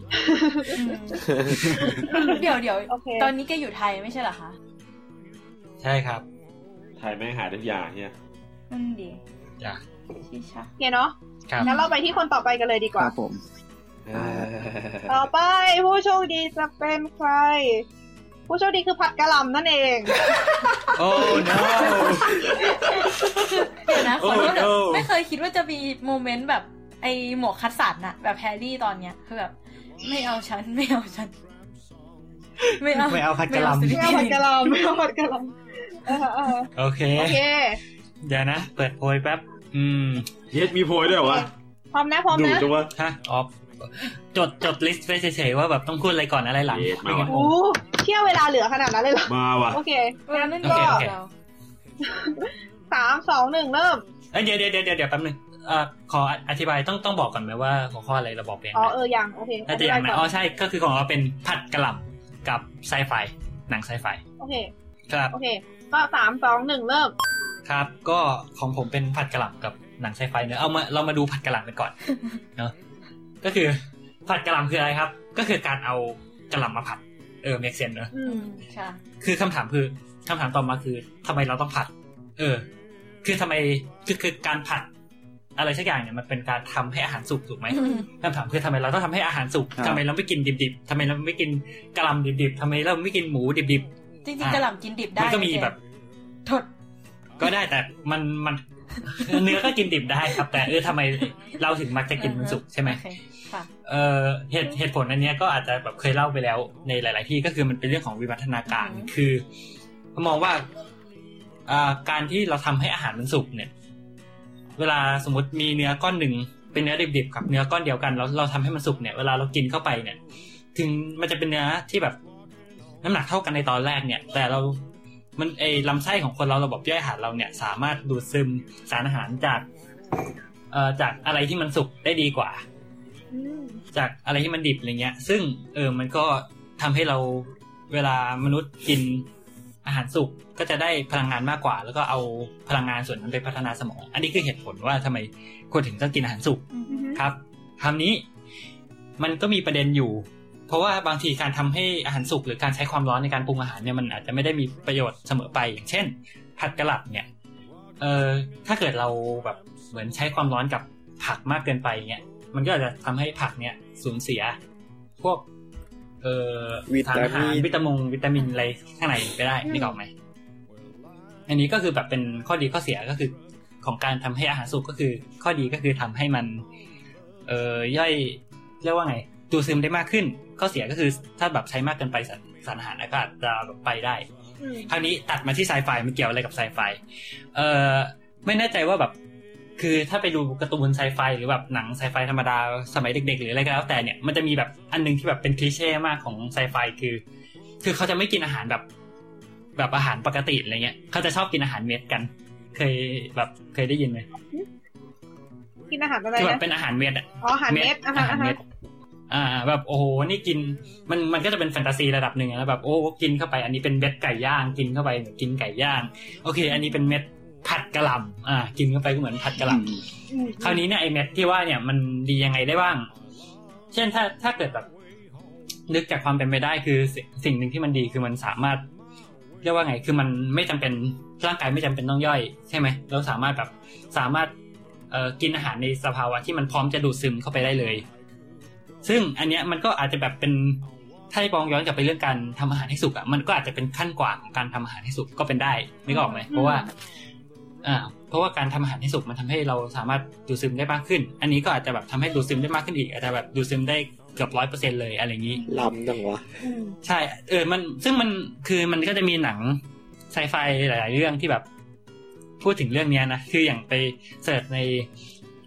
เดี๋ยวเดี๋ยวตอนนี้แกอยู่ไทยไม่ใช่เหรอคะใช่ครับไทยไม่หาทุกอย่างเนี่ยนั่นดีอยากชิชะโอเคเนาะงั้นเราไปที่คนต่อไปกันเลยดีกว่าครับผมต่อไปผู้โชคดีจะเป็นใครผู้โชคดีคือผัดกะหล่ำนั่นเองโอ้ no เดี๋ยวนะขอโทษไม่เคยคิดว่าจะมีโมเมนต์แบบไอหมวกคัดสันน่ะแบบแฮร์รี่ตอนเนี้ยคือแบบไม่เอาฉันไม่เอาฉันไม่เอาไม่เอาผัดกะหล่ำไม่เอาผัดกะหล่ำไม่เอาผัดกะหล่ำโอเคโอเคเดี๋ยวนะเปิดโพยแป๊บอืมเฮ็ดมีโพยด้วยเหรอวะพร้อมนะพร้อมนะดูว่าฮะออฟจดจดลิสต์ไว้เฉยๆว่าแบบต้องพูดอะไรก่อนอะไรหลังโอ้โหเที่ยวเวลาเหลือขนาดนั้นเลยเหรอมาว่ะโอเคงั้นก็สามสองหนึ่งเริ่มเอ้ยเดี๋ยวเดี๋ยวเดี๋ยวเดี๋ยวแป๊บนึงเอ่อขออธิบายต้องต้องบอกก่อนไหมว่าหัวข้ออะไรเราบอกเองอ๋อเออยังโอเคน่าจะยังนะอ๋อใช่ก็คือของเราเป็นผัดกะหล่ำกับไซไฟหนังไซไฟโอเคครับโอเคก็สามสองหนึ่งเริ่มครับก็ของผมเป็นผัดกะหล่ำกับหนังไซไฟเนอะเอามาเรามาดูผัดกะหล่ำกันก่อนเนาะก็คือผัดกะหล่ำคืออะไรครับก็คือการเอากะหล่ำมาผัดเออเมคเซนส์เนอะอืมใช่คือคำถามคือคำถามต่อมาคือทำไมเราต้องผัดเออคือทำไมคือคือการผัดอะไรสักอย่างเนี่ยมันเป็นการทำให้อาหารสุกถูกไหมคำถามคือทำไมเราต้องทำให้อาหารสุกทำไมเราไม่กินดิบๆทำไมเราไม่กินกะหล่ำดิบๆทำไมเราไม่กินหมูดิบๆจริงๆกะหล่ำกินดิบได้มันก็มีแบบทดก็ได้แต่มันมันเนื้อก็กินดิบได้ครับแต่เออทำไมเราถึงมักจะกินมันสุกใช่ไหมเออเหตุเหตุผลอันนี้ก็อาจจะแบบเคยเล่าไปแล้วในหลายๆที่ก็คือมันเป็นเรื่องของวิวัฒนาการคือมองว่าอ่าการที่เราทำให้อาหารมันสุกเนี่ยเวลาสมมติมีเนื้อก้อนหนึ่งเป็นเนื้อดิบๆกับเนื้อก้อนเดียวกันแล้วเราทำให้มันสุกเนี่ยเวลาเรากินเข้าไปเนี่ยถึงมันจะเป็นเนื้อที่แบบน้ำหนักเท่ากันในตอนแรกเนี่ยแต่เรามันไอ้ลำไส้ของคนเราระบบย่อยอาหารเราเนี่ยสามารถดูดซึมสารอาหารจากเอ่อจากอะไรที่มันสุกได้ดีกว่าจากอะไรที่มันดิบอะไรเงี้ยซึ่งเออมันก็ทำให้เราเวลามนุษย์กินอาหารสุกก็จะได้พลังงานมากกว่าแล้วก็เอาพลังงานส่วนนั้นไปพัฒนาสมองอันนี้คือเหตุผลว่าทำไมคนถึงต้องกินอาหารสุกครับคำนี้มันก็มีประเด็นอยู่เพราะว่าบางทีการทำให้อาหารสุกหรือการใช้ความร้อนในการปรุงอาหารเนี่ยมันอาจจะไม่ได้มีประโยชน์เสมอไปอย่างเช่นผัดกะหล่ำเนี่ยเอ่อถ้าเกิดเราแบบเหมือนใช้ความร้อนกับผักมากเกินไปเนี่ยมันก็อาจจะทำให้ผักเนี่ยสูญเสียพวกเอ่อสารอาหารวิตามินวิตามินอะไรข้างในไปได้นึกออกไหมอันนี้ก็คือแบบเป็นข้อดีข้อเสียก็คือของการทำให้อาหารสุกก็คือข้อดีก็คือทำให้มันเอ่อย่อยเรียกว่าไงดูดซึมได้มากขึ้นข้อเสียก็คือถ้าแบบใช้มากเกินไปสารอาหารก็อาจจะแบบไปได้คราวนี้ตัดมาที่ไซไฟมันเกี่ยวอะไรกับไซไฟเอ่อไม่แน่ใจว่าแบบคือถ้าไปดูการ์ตูนไซไฟหรือแบบหนังไซไฟธรรมดาสมัยเด็กๆหรืออะไรก็แล้วแต่เนี่ยมันจะมีแบบอันนึงที่แบบเป็นคลีเช่มากของไซไฟคือคือเขาจะไม่กินอาหารแบบแบบอาหารปกติอะไรเงี้ยเขาจะชอบกินอาหารเม็ดกันเคยแบบเคยได้ยินไหมกินอาหารอะไรนะที่แบบเป็นอาหารเม็ดอ่ะอ๋ออาหารเม็ดอาหารเม็ดอ่าแบบโอ้โหนี่กินมันมันก็จะเป็นแฟนตาซีระดับหนึ่งแล้วแบบโอ้กินเข้าไปอันนี้เป็นเม็ดไก่ย่างกินเข้าไปเหมือนกินไก่ย่างโอเคอันนี้เป็นเม็ดผัดกะหล่ำอ่ากินเข้าไปก็เหมือนผัดกะหล่ำคราวนี้เนี่ยไอเม็ดที่ว่าเนี่ยมันดียังไงได้บ้างเช่นถ้าถ้าเกิดแบบนึกจากความเป็นไปได้คือสิ่งหนึ่งที่มันดีคือมันสามารถเรียกว่าไงคือมันไม่จำเป็นร่างกายไม่จำเป็นต้องย่อยใช่ไหมเราสามารถแบบสามารถเอ่อกินอาหารในสภาวะที่มันพร้อมจะดูดซึมเข้าไปได้เลยซึ่งอันเนี้ยมันก็อาจจะแบบเป็นถ้าให้มองย้อนกลับไปเรื่องการทำอาหารให้สุกอ่ะมันก็อาจจะเป็นขั้นกว่าของการทำอาหารให้สุกก็เป็นได้นึกออกไหมเพราะว่าอ่าเพราะว่าการทำอาหารให้สุกมันทำให้เราสามารถดูดซึมได้มากขึ้นอันนี้ก็อาจจะแบบทำให้ดูดซึมได้มากขึ้นอีกอาจจะแบบดูดซึมได้เกือบร้อยเปอร์เซ็นต์เลยอะไรอย่างนี้ล้ำจังวะใช่เออมันซึ่งมันคือมันก็จะมีหนังไซไฟหลายๆเรื่องที่แบบพูดถึงเรื่องนี้นะคืออย่างไปเสิร์ชใน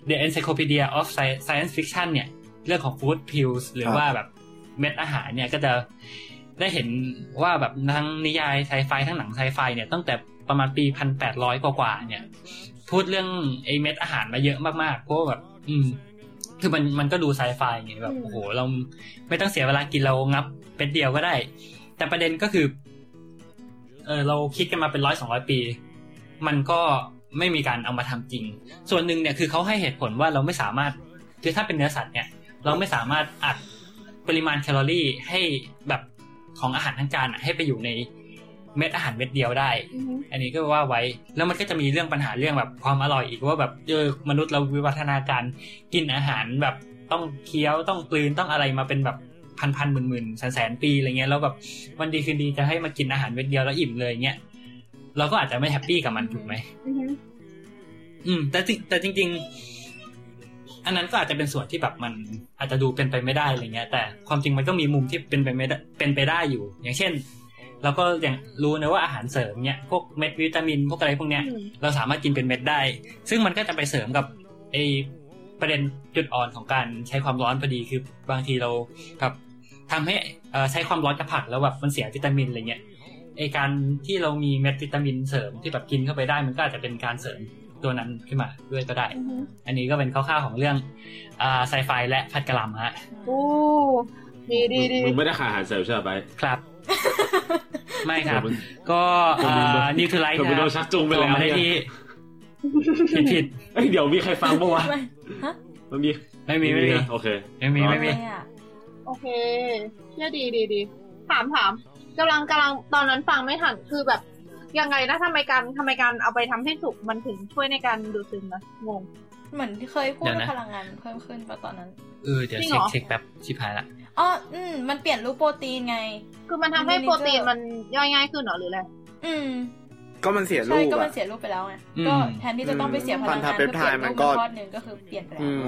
The Encyclopedia of Science Fiction เนี่ยเรื่องของ Food Pills หรือว่าแบบเม็ดอาหารเนี่ยก็จะได้เห็นว่าแบบทั้งนิยายไซไฟทั้งหนังไซไฟเนี่ยตั้งแต่ประมาณปี หนึ่งพันแปดร้อย กว่าๆเนี่ยพูดเรื่องไอ้เม็ดอาหารมาเยอะมากๆเพราะแบบอืมคือมันมันก็ดูไซไฟไงแบบโอ้โหเราไม่ต้องเสียเวลากินเรางับเป็นเดียวก็ได้แต่ประเด็นก็คือเออเราคิดกันมาเป็นร้อยสองร้อยปีมันก็ไม่มีการเอามาทำจริงส่วนหนึ่งเนี่ยคือเขาให้เหตุผลว่าเราไม่สามารถคือถ้าเป็นเนื้อสัตว์เนี่ยเราไม่สามารถอัดปริมาณแคลอรี่ให้แบบของอาหารทั้งจานให้ไปอยู่ในเม็ดอาหารเม็ดเดียวได้ mm-hmm. อันนี้ก็ว่าไว้แล้วมันก็จะมีเรื่องปัญหาเรื่องแบบความอร่อยอีกว่าแบบเออมนุษย์เราวิวัฒนาการกินอาหารแบบต้องเคี้ยวต้องกลืนต้องอะไรมาเป็นแบบพันๆหมื่นๆแสนๆปีอะไรเงี้ยแล้วแบบวันดีคืนดีจะให้มากินอาหารเม็ดเดียวแล้วอิ่มเลยเงี้ยเราก็อาจจะไม่แฮปปี้กับมันถูกไหม mm-hmm. อืมแต่แต่จริงๆอันนั้นก็อาจจะเป็นส่วนที่แบบมันอาจจะดูเป็นไปไม่ได้อะไรเงี้ยแต่ความจริงมันก็มีมุมที่เป็นไปไม่ได้เป็นไปได้อยู่อย่างเช่นเราก็อย่างรู้นะว่าอาหารเสริมเนี่ยพวกเม็ดวิตามินพวกอะไรพวกเนี้ยเราสามารถกินเป็นเม็ดได้ซึ่งมันก็จะไปเสริมกับไอ้ประเด็นจุดอ่อนของการใช้ความร้อนพอดีคือบางทีเราแบบทำให้ใช้ความร้อนกับผักแล้วแบบมันเสียวิตามินอะไรเงี้ยไอ้การที่เรามีเม็ดวิตามินเสริมที่แบบกินเข้าไปได้มันก็อาจจะเป็นการเสริมตัวนั้นขึ้นมาด้วยก็ได้ uh-huh. อันนี้ก็เป็นคร่าวๆของเรื่องอ่าไซไฟและผัดกะหล่ำฮะโอ้ดีดีดีมึงไม่ได้ขายอาหารเสริมใช่ไหมครับไม่ครับก็อ่านิวทรไลท์ครับโดนชักจูงไปแล้วไม่ได้ที่ผิดผิดเอ้ยเดี๋ยวมีใครฟังป่ะวะฮะมันมีไม่มีไม่มีโอเคไม่มีไม่มีโอเคเชื่อดีดีดีถามถามกำลังกำลังตอนนั้นฟังไม่ทันคือแบบยังไงนะทำไมการทำไมการเอาไปทำให้สุกมันถึงช่วยในการดูดซึมนะงงเหมือนที่เคยพูดว่าพลังงานเพิ่มขึ้นป่ะตอนนั้นเออเดี๋ยวเช็คเช็คแป๊บชิบหายละอ๋ออืมมันเปลี่ยนรูปโปรตีนไงคือมันทำให้โปรตีนมันย่อยง่ายขึ้นเหรอหรืออะไรอืมก็มันเสียรูปใช่ก็มันเสียรูปไปแล้วไงก็แทนที่จะต้องไปเสียพลังงานเพื่อเปลี่ยนรูปทอดนึงก็คือเปลี่ยนไปแล้ว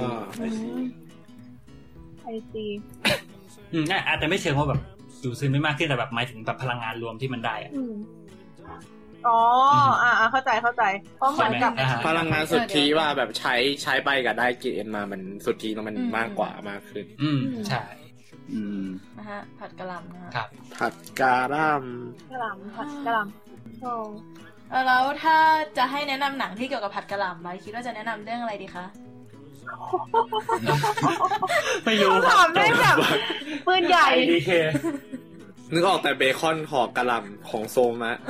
ไอซีอืมอาจจะไม่เชิงว่าแบบดูดซึมไม่มากขึ้นแต่แบบหมายถึงแบบพลังงานรวมที่มันได้อ่ะอ๋ออ่าเข้าใจเข้าใจเพราะเหมือนกับพลังงานสุทธิว่าแบบใช้ใช้ไปกับได้เกณฑ์มามันสุทธิมันมากกว่ามากขึ้นอืมใช่อืมนะฮะผัดกะหล่ำนะฮะผัดกะหล่ำกะหล่ำผัดกะหล่ำโอ้แล้วถ้าจะให้แนะนำหนังที่เกี่ยวกับผัดกะหล่ำไว้คิดว่าจะแนะนำเรื่องอะไรดีคะไม่รู้ถามได้แบบปืนใหญ่นึกออกแต่เบคอนห่อกะหล่ำของโซมะ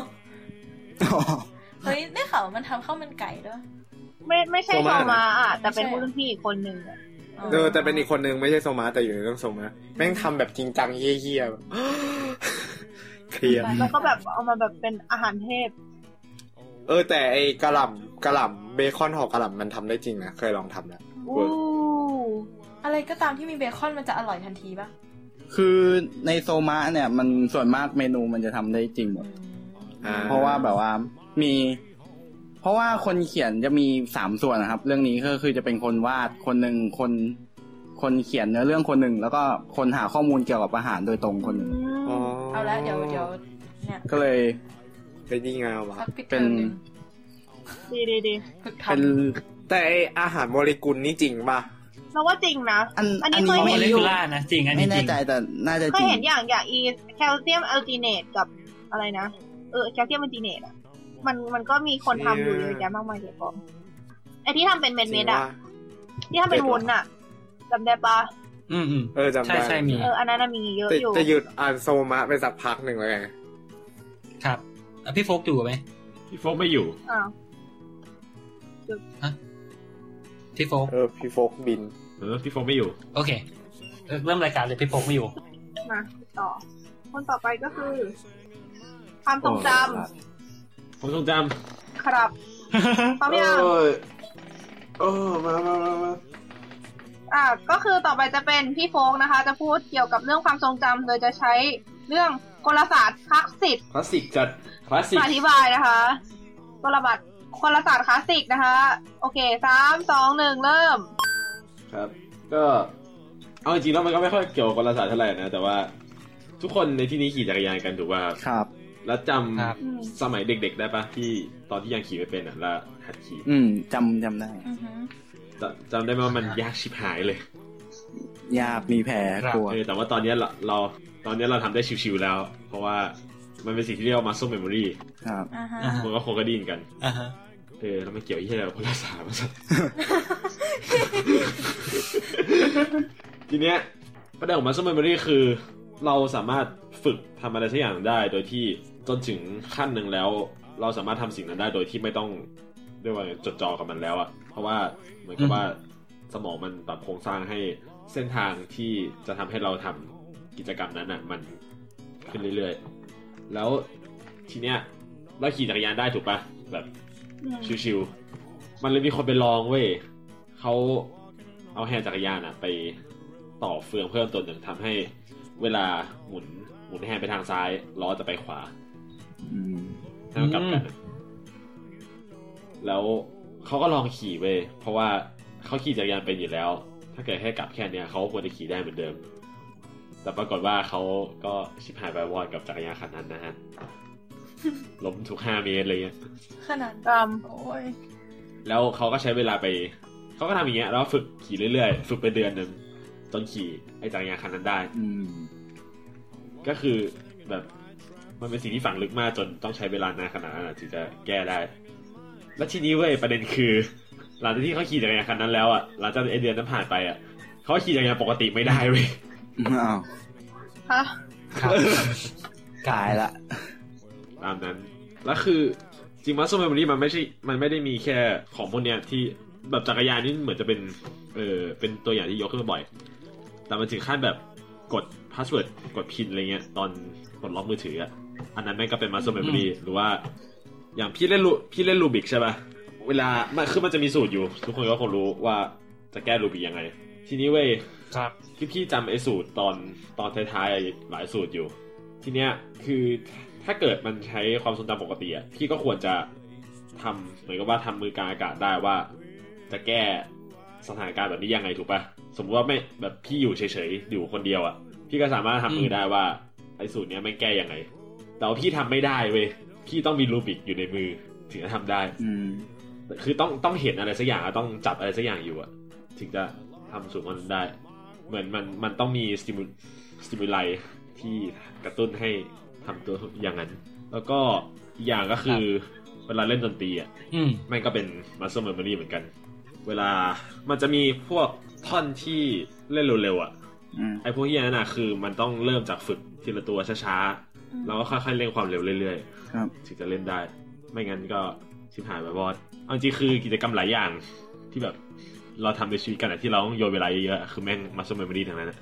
เฮ้ยได้ข่าวมันทำข้าวมันไก่ด้วยไม่ไม่ใช่โซมะอ่ะแต่เป็นรุ่นพี่อีกคนนึงอ่ะเออแต่เป็นอีกคนนึงไม่ใช่โซมะแต่อยู่ในเรื่องโซมะแม่งทำแบบจริงจังเหี้ยๆเครียดแล้วก็แบบเอามาแบบเป็นอาหารเทพเออแต่ไอ้กะหล่ำกะหล่ำเบคอนห่อกะหล่ำมันทำได้จริงนะเคยลองทำแล้วอะไรก็ตามที่มีเบคอนมันจะอร่อยทันทีป่ะคือในโซมะเนี่ยมันส่วนมากเมนูมันจะทำได้จริงหมดเพราะว่าแบบว่ามีเพราะว่าคนเขียนจะมีสามส่วนนะครับเรื่องนี้ก็คือจะเป็นคนวาดคนหนึ่งคนคนเขียนเนื้อเรื่องคนหนึ่งแล้วก็คนหาข้อมูลเกี่ยวกับอาหารโดยตรงคนหนึ่งเอาละเดี๋ยวเดี๋ยวเนี่ยก็เลยเป็นดีงามว่ะเป็นดีดีดีเป็นแต่อาหารโมเลกุลนี่จริงป่ะเราว่าจริงนะอันนี้เคยเห็นอยู่นะจริงอันนี้ไม่แน่ใจแต่น่าจะจริงเคยเห็นอย่างอย่างอีแคลเซียมอัลจีเนตกับอะไรนะเออแคลเซียมอัลจีเนตอ่ะมันมันก็มีคนทำอยู่เยอะแยะมากมายเลยผมไอที่ทำเป็นเม็ดเม็ดอ่ะที่ทำเป็นวุ้นอ่ะจำได้ปะอืมอืมเออจำได้ใช่มีเอออันนั้นมีเยอะอยู่จะหยุดอ่านโซมะไปสักพักหนึ่งเลยครับพี่โฟกอยู่ไหมพี่โฟกไม่อยู่อ้าวฮะพี่โฟกเออพี่โฟกบินเออพี่โฟกไม่อยู่โอเคเริ่มรายการเลยพี่โฟกไม่อยู่มาต่อคนต่อไปก็คือความทรงจำความทรงจำครับพร้อมยังโอ้มามามามาอ่าก็คือต่อไปจะเป็นพี่โฟกนะคะจะพูดเกี่ยวกับเรื่องความทรงจำโดยจะใช้เรื่องกลศาสตร์คลาสสิกคลาสสิกจัดคลาสสิกอธิบายนะคะกลบัตรกลศาสตร์คลาสสิกนะคะโอเคสามสองหนึ่งเริ่มครับก็เอาจริงๆแล้วมันก็ไม่ค่อยเกี่ยวกับกลศาสตร์เท่าไหร่นะแต่ว่าทุกคนในที่นี้ขี่จักรยานกันถูกป่ะครับแล้วจำสมัยเด็กๆได้ป่ะที่ตอนที่ยังขี่ไม่เป็นอ่ะแล้วหัดขี่อืมจำจำได้จจำได้ไหมว่ามันยากชิบหายเลยยากมีแผลกลัวแต่ว่าตอนนี้เราเราตอนนี้เราทำได้ชิวๆแล้วเพราะว่ามันเป็นสิ่งที่เรียกว่า muscle memory ครับมันก็คงกระดิ่งกันอ่าฮะเออแล้วมันเกี่ยวที่อะไรคนละสามมาสักทีเนี้ยประเด็นของ muscle memory คือเราสามารถฝึกทำอะไรสักอย่างได้โดยที่จนถึงขั้นหนึ่งแล้วเราสามารถทำสิ่งนั้นได้โดยที่ไม่ต้องเรียกว่าจดจ่อกับมันแล้วอ่ะเพราะว่าเหมือนกับว่าสมองมันปรับโครงสร้างให้เส้นทางที่จะทำให้เราทำกิจกรรมนั้นอ่ะมันขึ้นเรื่อยๆแล้วทีเนี้ยเราขี่จักรยานได้ถูกปะแบบชิวๆมันเลยมีคนไปลองเว้ยเขาเอาแฮนด์จักรยานอ่ะไปต่อเฟืองเพิ่มตัวหนึ่งทำให้เวลาหมุนหมุนแฮนด์ไปทางซ้ายล้อจะไปขวาให้มันกลับกันแล้วเขาก็ลองขี่เว้ยเพราะว่าเขาขี่จักรยานเป็นอยู่แล้วถ้าเกิดแค่กลับแค่นี้เขาควรจะขี่ได้เหมือนเดิมแต่ปรากฏว่าเขาก็ชิบหายไปวอดกับจักรยานคันนั้นนะฮะล้มทุกห้าเมตรเลยเงี้ยขนาดกรรมโอ้ยแล้วเขาก็ใช้เวลาไปเขาก็ทำอย่างเงี้ยแล้วฝึกขี่เรื่อยๆฝึกไปเดือนนึงจนขี่ไอ้จักรยานคันนั้นได้ก็คือแบบมันเป็นสิ่งที่ฝังลึกมากจนต้องใช้เวลานานขนาดนั้นถึงจะแก้ได้แล้วทีนี้เว้ยประเด็นคือหลังจากที่เขาขี่จักรยานคันนั้นแล้วอ่ะหลังจากไอเดือนนั้นผ่านไปอ่ะเขาขี่จักรยานปกติไม่ได้เว้ยอ้าวฮะกายละตามนั้นแล้วคือจริง muscle memory มันไม่ใช่มันไม่ได้มีแค่ของพวกเนี้ยที่แบบจักรยานนี่เหมือนจะเป็นเออเป็นตัวอย่างที่ยกขึ้นมาบ่อยแต่มันถึงขั้นแบบกด password กด pin อะไรเงี้ยตอนกดล็อกมือถืออ่ะอันนั้นแม่งก็เป็น muscle memory หรือว่าอย่างพี่เล่นลูพี่เล่นรูบิกใช่ป่ะเวลามันคือมันจะมีสูตรอยู่ทุกคนก็คงรู้ว่าจะแก้รูบิกยังไงทีนี้เว้ยครับที่พี่จำไอ้สูตรตอนตอนท้ายๆหลายสูตรอยู่ทีเนี้ยคือถ้าเกิดมันใช้ความทรงจำปกติอ่ะพี่ก็ควรจะทำเหมือนกับว่าทำมือกลางอากาศได้ว่าจะแก้สถานการณ์แบบนี้ยังไงถูกป่ะสมมติว่าไม่แบบพี่อยู่เฉยๆอยู่คนเดียวอ่ะพี่ก็สามารถทำมือได้ว่าไอ้สูตรเนี้ยแม่งแก้ยังไงแต่ว่าพี่ทำไม่ได้เว้ยพี่ต้องมีรูบิกอยู่ในมือถึงจะทำได้คือต้องต้องเห็นอะไรสักอย่างต้องจับอะไรสักอย่างอยู่อ่ะถึงจะทำสูตรมันได้เหมือนมันมันต้องมีสติมูสติมูไลที่กระตุ้นให้ทำตัวอย่างนั้นแล้วก็อีกอย่างก็คือเวลาเล่นดนตรีอ่ะมันก็เป็น muscle memory เหมือนกันเวลามันจะมีพวกท่อนที่เล่นเร็วๆอ่ะไอ้พวกที่นั้นน่ะคือมันต้องเริ่มจากฝึกทีละตัวช้าๆแล้วก็ค่อยๆเร่งความเร็วเรื่อยๆถึงจะเล่นได้ไม่งั้นก็ชิบหายไปบอสเอาจริงคือกิจกรรมหลายอย่างที่แบบเราทำในชีวิตกันอะที่เราต้องโยนเวลาเยอะๆคือแม่ง muscle memory ทั้งนั้นนะ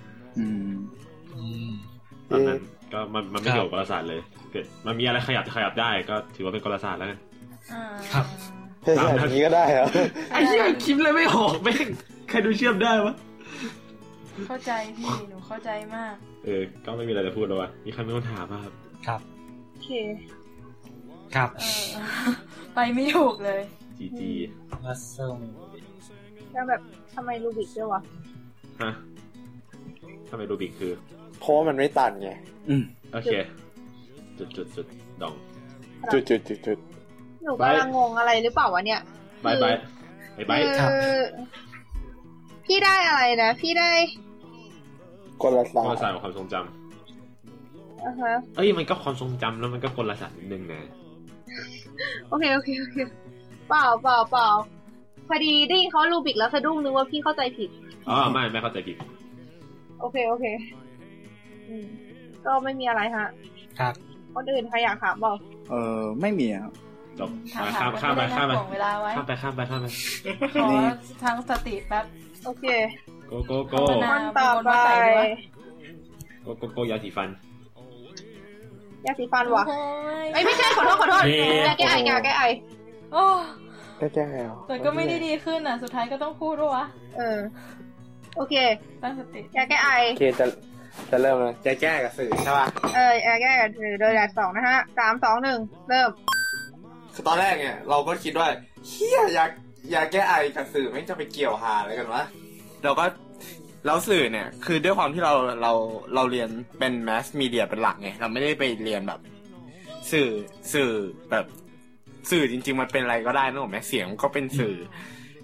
ตอนนั้นก็มันมันไม่เกี่ยวกับกลศาสตร์เลยเกิดมันมีอะไรขยับขยับได้ก็ถือว่าเป็นกลศาสตร์แล้วกันครับแบบนี้ก็ได้เหรอไอ้เหี้ยคิดเลยไม่ออกแม่งใครดูเชื่อมได้วะเข้าใจพี่หนูเข้าใจมากเออก็ไม่มีอะไรจะพูดแล้ววะมีใครไม่ต้องถามป่ะครับครับโอเคครับไปไม่ถูกเลยจีจี muscle แล้วแบบทำไมรูบิกด้วยวะฮะทำไมรูบิกคือเพราะมันไม่ตันไงอืมโอเคจุดจุดจุดดองจุดจุดจุดจุดหนูกำลังงงอะไรหรือเปล่าวะเนี่ยบายบายไอ้บายครับพี่ได้อะไรนะพี่ได้กลศาสตร์กลศาสตร์ของความทรงจำอ่าฮะเอ้ยมันก็ความทรงจำแล้วมันก็กลศาสตร์นิดนึงนะโอเคโอเคโอเคเปล่าเปล่าเปล่าพอดีได้ยินเขารูบิกแล้วสะดุ้งนึกว่าพี่เข้าใจผิดอ๋อไม่ไม่เข้าใจผิดโอเคโอเคอืมก็ไม่มีอะไรฮะครับคนอื่นใครอยากถามบอกเออไม่มีครับจบข้ามข้ามไปข้ามไปข้ามไปข้ามไปข้ามไปขอทางสติแป๊บโอเคโกโกโกคนต่อไปโกโกโกยาสีฟันยาสีฟันวะไอ้ไม่ใช่ขอโทษขอโทษยาแก้ไอยาแก้ไอโอ้แก้แก้ไอแต่ก็ไม่ได้ดีขึ้นอ่ะสุดท้ายก็ต้องพูดด้วยวะเออโอเคตั้งสติยาแก้ไอโอเคจะจะเริ่มแล้วแก้แก้กับสื่อใช่ป่ะเออยาแก้กับสื่อโดยหลักสองนะฮะสามสองหนึ่งเริ่มคือตอนแรกเนี่ยเราก็คิดว่าเฮียยายาแก้ไอกับสื่อไม่จะไปเกี่ยวหาอะไรกันวะเราก็แล้วสื่อเนี่ยคือด้วยความที่เราเราเราเรียนเป็นแมสมีเดียเป็นหลักไงเราไม่ได้ไปเรียนแบบสื่อสื่อแบบสื่อจริงๆมันเป็นอะไรก็ได้นะผมแม้เสียงก็เป็นสื่อ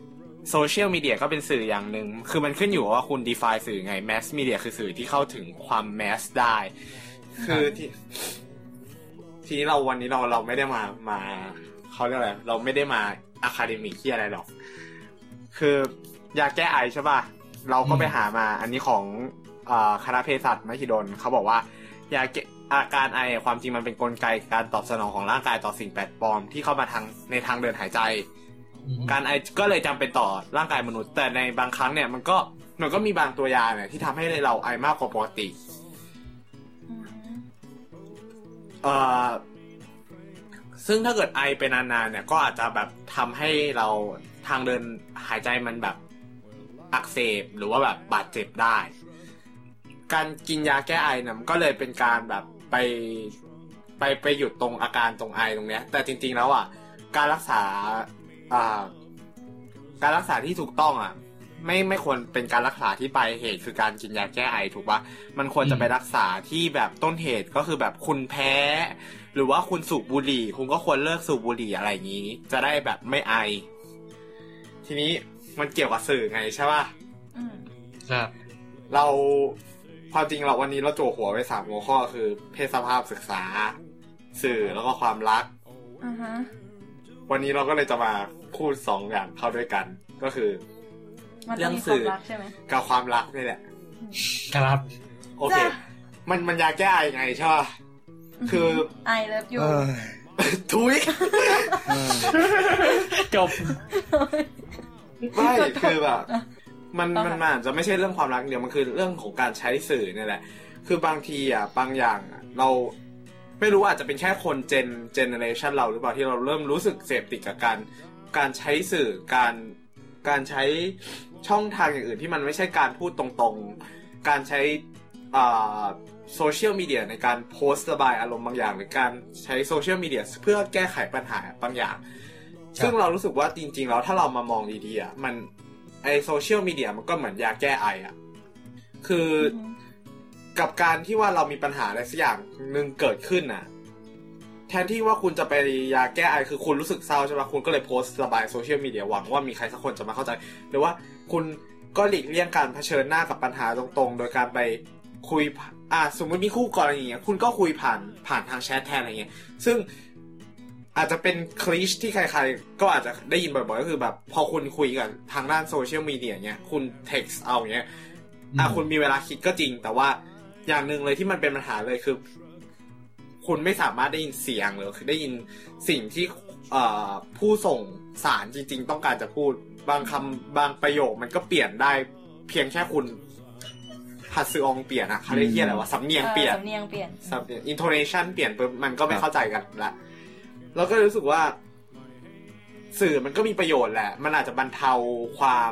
โซเชียลมีเดียก็เป็นสื่ออย่างหนึ่งคือมันขึ้นอยู่ว่าคุณ define สื่อไง mass media คือสื่อที่เข้าถึงความ mass ได้คือที่ทีนี้เราวันนี้เราเราไม่ได้มามาเขาเรียกอะไรเราไม่ได้มาอะคาเดมิกที่อะไรหรอกคือยาแก้ไอใช่ป่ะเราก็ไปหามาอันนี้ของอ่าคณะเภสัชมหิดลเขาบอกว่ายาแก้อาการไอความจริงมันเป็นกลไกการตอบสนองของร่างกายต่อสิ่งแปลกปลอมที่เข้ามาทางในทางเดินหายใจการไอก็เลยจำเป็นต่อร่างกายมนุษย์แต่ในบางครั้งเนี่ยมันก็มันก็มีบางตัวยาเนี่ยที่ทำให้เราไอมากกว่าปกติเอ่อซึ่งถ้าเกิดไอเป็นนานๆเนี่ยก็อาจจะแบบทำให้เราทางเดินหายใจมันแบบอักเสบหรือว่าแบบบาดเจ็บได้การกินยาแก้ไอเนี่ยมันก็เลยเป็นการแบบไปไปไปหยุดตรงอาการตรงไอตรงเนี้ยแต่จริงๆแล้วอ่ะการรักษาอ่าการรักษาที่ถูกต้องอ่ะไม่ไม่ควรเป็นการรักษาที่ปลายเหตุคือการกินยาแก้ไอถูกปะมันควรจะไปรักษาที่แบบต้นเหตุก็คือแบบคุณแพ้หรือว่าคุณสูบบุหรี่คุณก็ควรเลิกสูบบุหรี่อะไรอย่างนี้จะได้แบบไม่ไอทีนี้มันเกี่ยวกับสื่อไงใช่ป่ะครับเราความจริงเราวันนี้เราโจหัวไว้สามหัวข้อคือเพศสภาพศึกษาสื่อแล้วก็ความรัก uh-huh. วันนี้เราก็เลยจะมาพูดสองอย่างเข้าด้วยกันก็คือเรื่องสื่อกับความรักนี่แหละครับโอเคมันมันยาแก้ไอไงใช่ป่ะคือไอเลิฟยูทุยจบไม่คือแบบมันมันมันอาจจะไม่ใช่เรื่องความรักเดียวมันคือเรื่องของการใช้สื่อนี่แหละคือบางทีอ่ะบางอย่างเราไม่รู้อาจจะเป็นแค่คนเจนเจเนอเรชันเราหรือเปล่าที่เราเริ่มรู้สึกเสพติดกับการการใช้สื่อการการใช้ช่องทางอย่างอื่นที่มันไม่ใช่การพูดตรงๆการใช้อ่าโซเชียลมีเดียในการโพสต์ระบายอารมณ์บางอย่างหรือการใช้โซเชียลมีเดียเพื่อแก้ไขปัญหาบางอย่างซึ่งเรารู้สึกว่าจริงๆแล้วถ้าเรามามองดีๆอ่ะมันไอโซเชียลมีเดียมันก็เหมือนยาแก้ไออ่ะคือ mm-hmm. กับการที่ว่าเรามีปัญหาอะไรสักอย่างนึงเกิดขึ้นน่ะแทนที่ว่าคุณจะไปยาแก้ไอคือคุณรู้สึกเศร้าใช่ไหมคุณก็เลยโพสต์ระบายโซเชียลมีเดียหวังว่ามีใครสักคนจะมาเข้าใจหรือว่าคุณก็หลีกเลี่ยงการเผชิญหน้ากับปัญหาตรงๆโดยการไปคุยอ่ะสมมติมีคู่กรณีอย่างเงี้ยคุณก็คุยผ่านผ่านทางแชทแทนอะไรเงี้ยซึ่งอาจจะเป็นคลิชที่ใครๆก็อาจจะได้ยินบ่อยๆก็คือแบบพอคุณคุยกันทางด้านโซเชียลมีเดียเงี้ยคุณเท็กซ์เอาเงี้ยอ่ะคุณมีเวลาคิดก็จริงแต่ว่าอย่างนึงเลยที่มันเป็นปัญหาเลยคือคุณไม่สามารถได้ยินเสียงหรือคือได้ยินสิ่งที่เอ่อผู้ส่งสารจริงๆต้องการจะพูดบางคำบางประโยคมันก็เปลี่ยนได้เพียงแค่คุณหัดสื่อองเปลี่ยนอะเขาเรียกอะไรวะสำเนียงเปลี่ยนสำเนียงเปลี่ยนสำเนียง intonation เปลี่ยนปุ๊บมันก็ไม่เข้าใจกันละเราก็รู้สึกว่าสื่อมันก็มีประโยชน์แหละมันอาจจะบรรเทาความ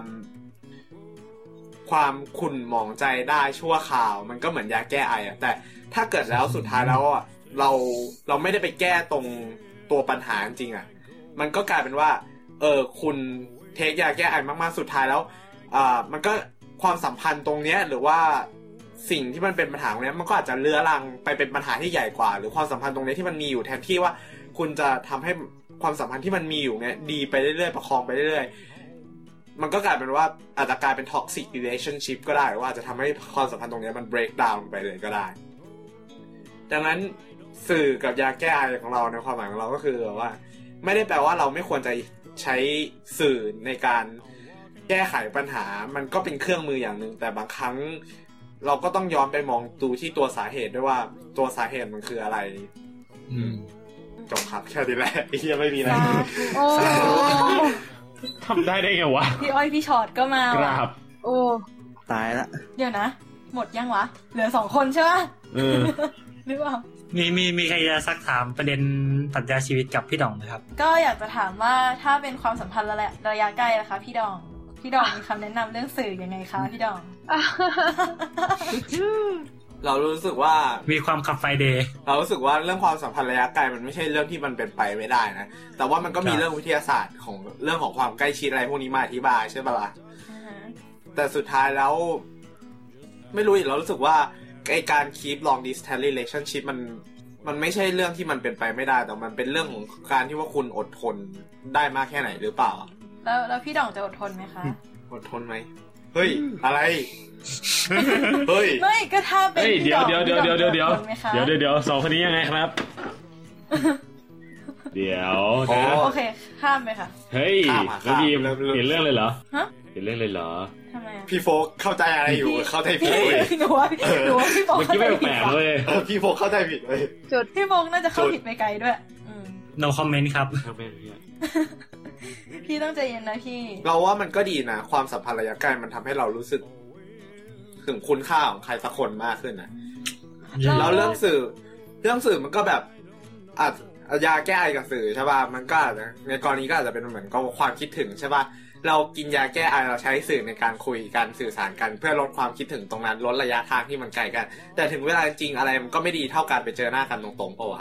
ความขุ่นหมองใจได้ชั่วคราวมันก็เหมือนยาแก้ไออะแต่ถ้าเกิดแล้วสุดท้ายแล้วอ่ะเราเราไม่ได้ไปแก้ตรงตัวปัญหาจริงๆอ่ะมันก็กลายเป็นว่าเออคุณเทคยาแก้ไอมากๆสุดท้ายแล้วอ่ามันก็ความสัมพันธ์ตรงเนี้ยหรือว่าสิ่งที่มันเป็นปัญหาตรงเนี้ยมันก็อาจจะเลื้อรังไปเป็นปัญหาที่ใหญ่กว่าหรือความสัมพันธ์ตรงนี้ที่มันมีอยู่แทนที่ว่าคุณจะทำให้ความสัมพันธ์ที่มันมีอยู่เนี้ยดีไปเรื่อยๆประคองไปเรื่อยๆมันก็กลายเป็นว่าอาจจะกลายเป็น toxic relationship ก็ได้หรือว่าจะทำให้ความสัมพันธ์ตรงนี้มัน break down ไปเลยก็ได้ดังนั้นสื่อกับยาแก้ไอของเราในความหมายของเราก็คือว่าไม่ได้แปลว่าเราไม่ควรจะใช้สื่อในการแก้ไขปัญหามันก็เป็นเครื่องมืออย่างนึงแต่บางครั้งเราก็ต้องย้อนไปมองดูที่ตัวสาเหตุด้วยว่าตัวสาเหตุมันคืออะไรอืมจบครับแค่นี้แหละไอ้เหี้ยไม่มีอะไรโอ้ทำได้ได้ไงวะพี่อ้อยพี่ช็อตก็มาว่ะโอ้ตายละเดี๋ยวนะหมดยังวะเหลือสองคนใช่ป่ะเออหรือเปล่ามีมีมีใครจะซักถามประเด็นปรัชญาชีวิตกับพี่ดองไหมครับก็อยากจะถามว่าถ้าเป็นความสัมพันธ์ระยะใกล้นะคะพี่ดองพี่ดองมีคำแนะนำเรื่องสื่อยังไงคะพี่ดองเรารู้สึกว่ามีความขับไฟเดย์เรารู้สึกว่าเรื่องความสัมพันธ์ระยะไกลมันไม่ใช่เรื่องที่มันเป็นไปไม่ได้นะแต่ว่ามันก็มีเรื่องวิทยาศาสตร์ของเรื่องของความใกล้ชิดอะไรพวกนี้มาอธิบายใช่ป่ะล่ะแต่สุดท้ายแล้วไม่รู้อีกเรารู้สึกว่าไอ้การ keep long distance relationship มันมันไม่ใช่เรื่องที่มันเป็นไปไม่ได้แต่มันเป็นเรื่องของการที่ว่าคุณอดทนได้มากแค่ไหนหรือเปล่าแล้วแล้วพี่ดองจะอดทนไหมคะอดทนไหมเฮ้ยอะไรเฮ้ยไม่ก็ถ้าเป็นเดี๋ยวเดี๋ยวเดี๋ยวเดี๋ยวเดี๋ยวเดี๋ยวเดี๋ยวเดี๋ยวเดี๋ยวสองคนนี้ยังไงครับเดี๋ยวโอเคข้ามไปค่ะเฮ้ยแล้วบีมเปลี่ยนเรื่องเลยเหรอฮะเปลี่ยนเรื่องเลยเหรอทำไมพี่โฟกเข้าใจอะไรอยู่เข้าใจผิดเลยหนูว่าหนูว่าพี่โฟกเข้าใจผิดเลยพี่โฟกเข้าใจผิดเลยจุดพี่โฟกน่าจะเข้าผิดไปไกลด้วย no comment ครับพี่ต้องใจเย็นนะพี่เราว่ามันก็ดีนะความสัมพันธ์ระยะไกลมันทำให้เรารู้สึกถึงคุณค่าของใครสักคนมากขึ้นนะแล้วเรื่องสื่อเรื่องสื่อมันก็แบบอาจยาแก้ไอกับสื่อใช่ป่ะมันก็อาจจะในกรณีก็อาจจะเป็นเหมือนกับความคิดถึงใช่ป่ะเรากินยาแก้ไอเราใช้สื่อในการคุยกันสื่อสารกันเพื่อลดความคิดถึงตรงนั้นลดระยะทางที่มันไกลกันแต่ถึงเวลาจริงอะไรมันก็ไม่ดีเท่ากันไปเจอหน้ากันตรงๆป่ะวะ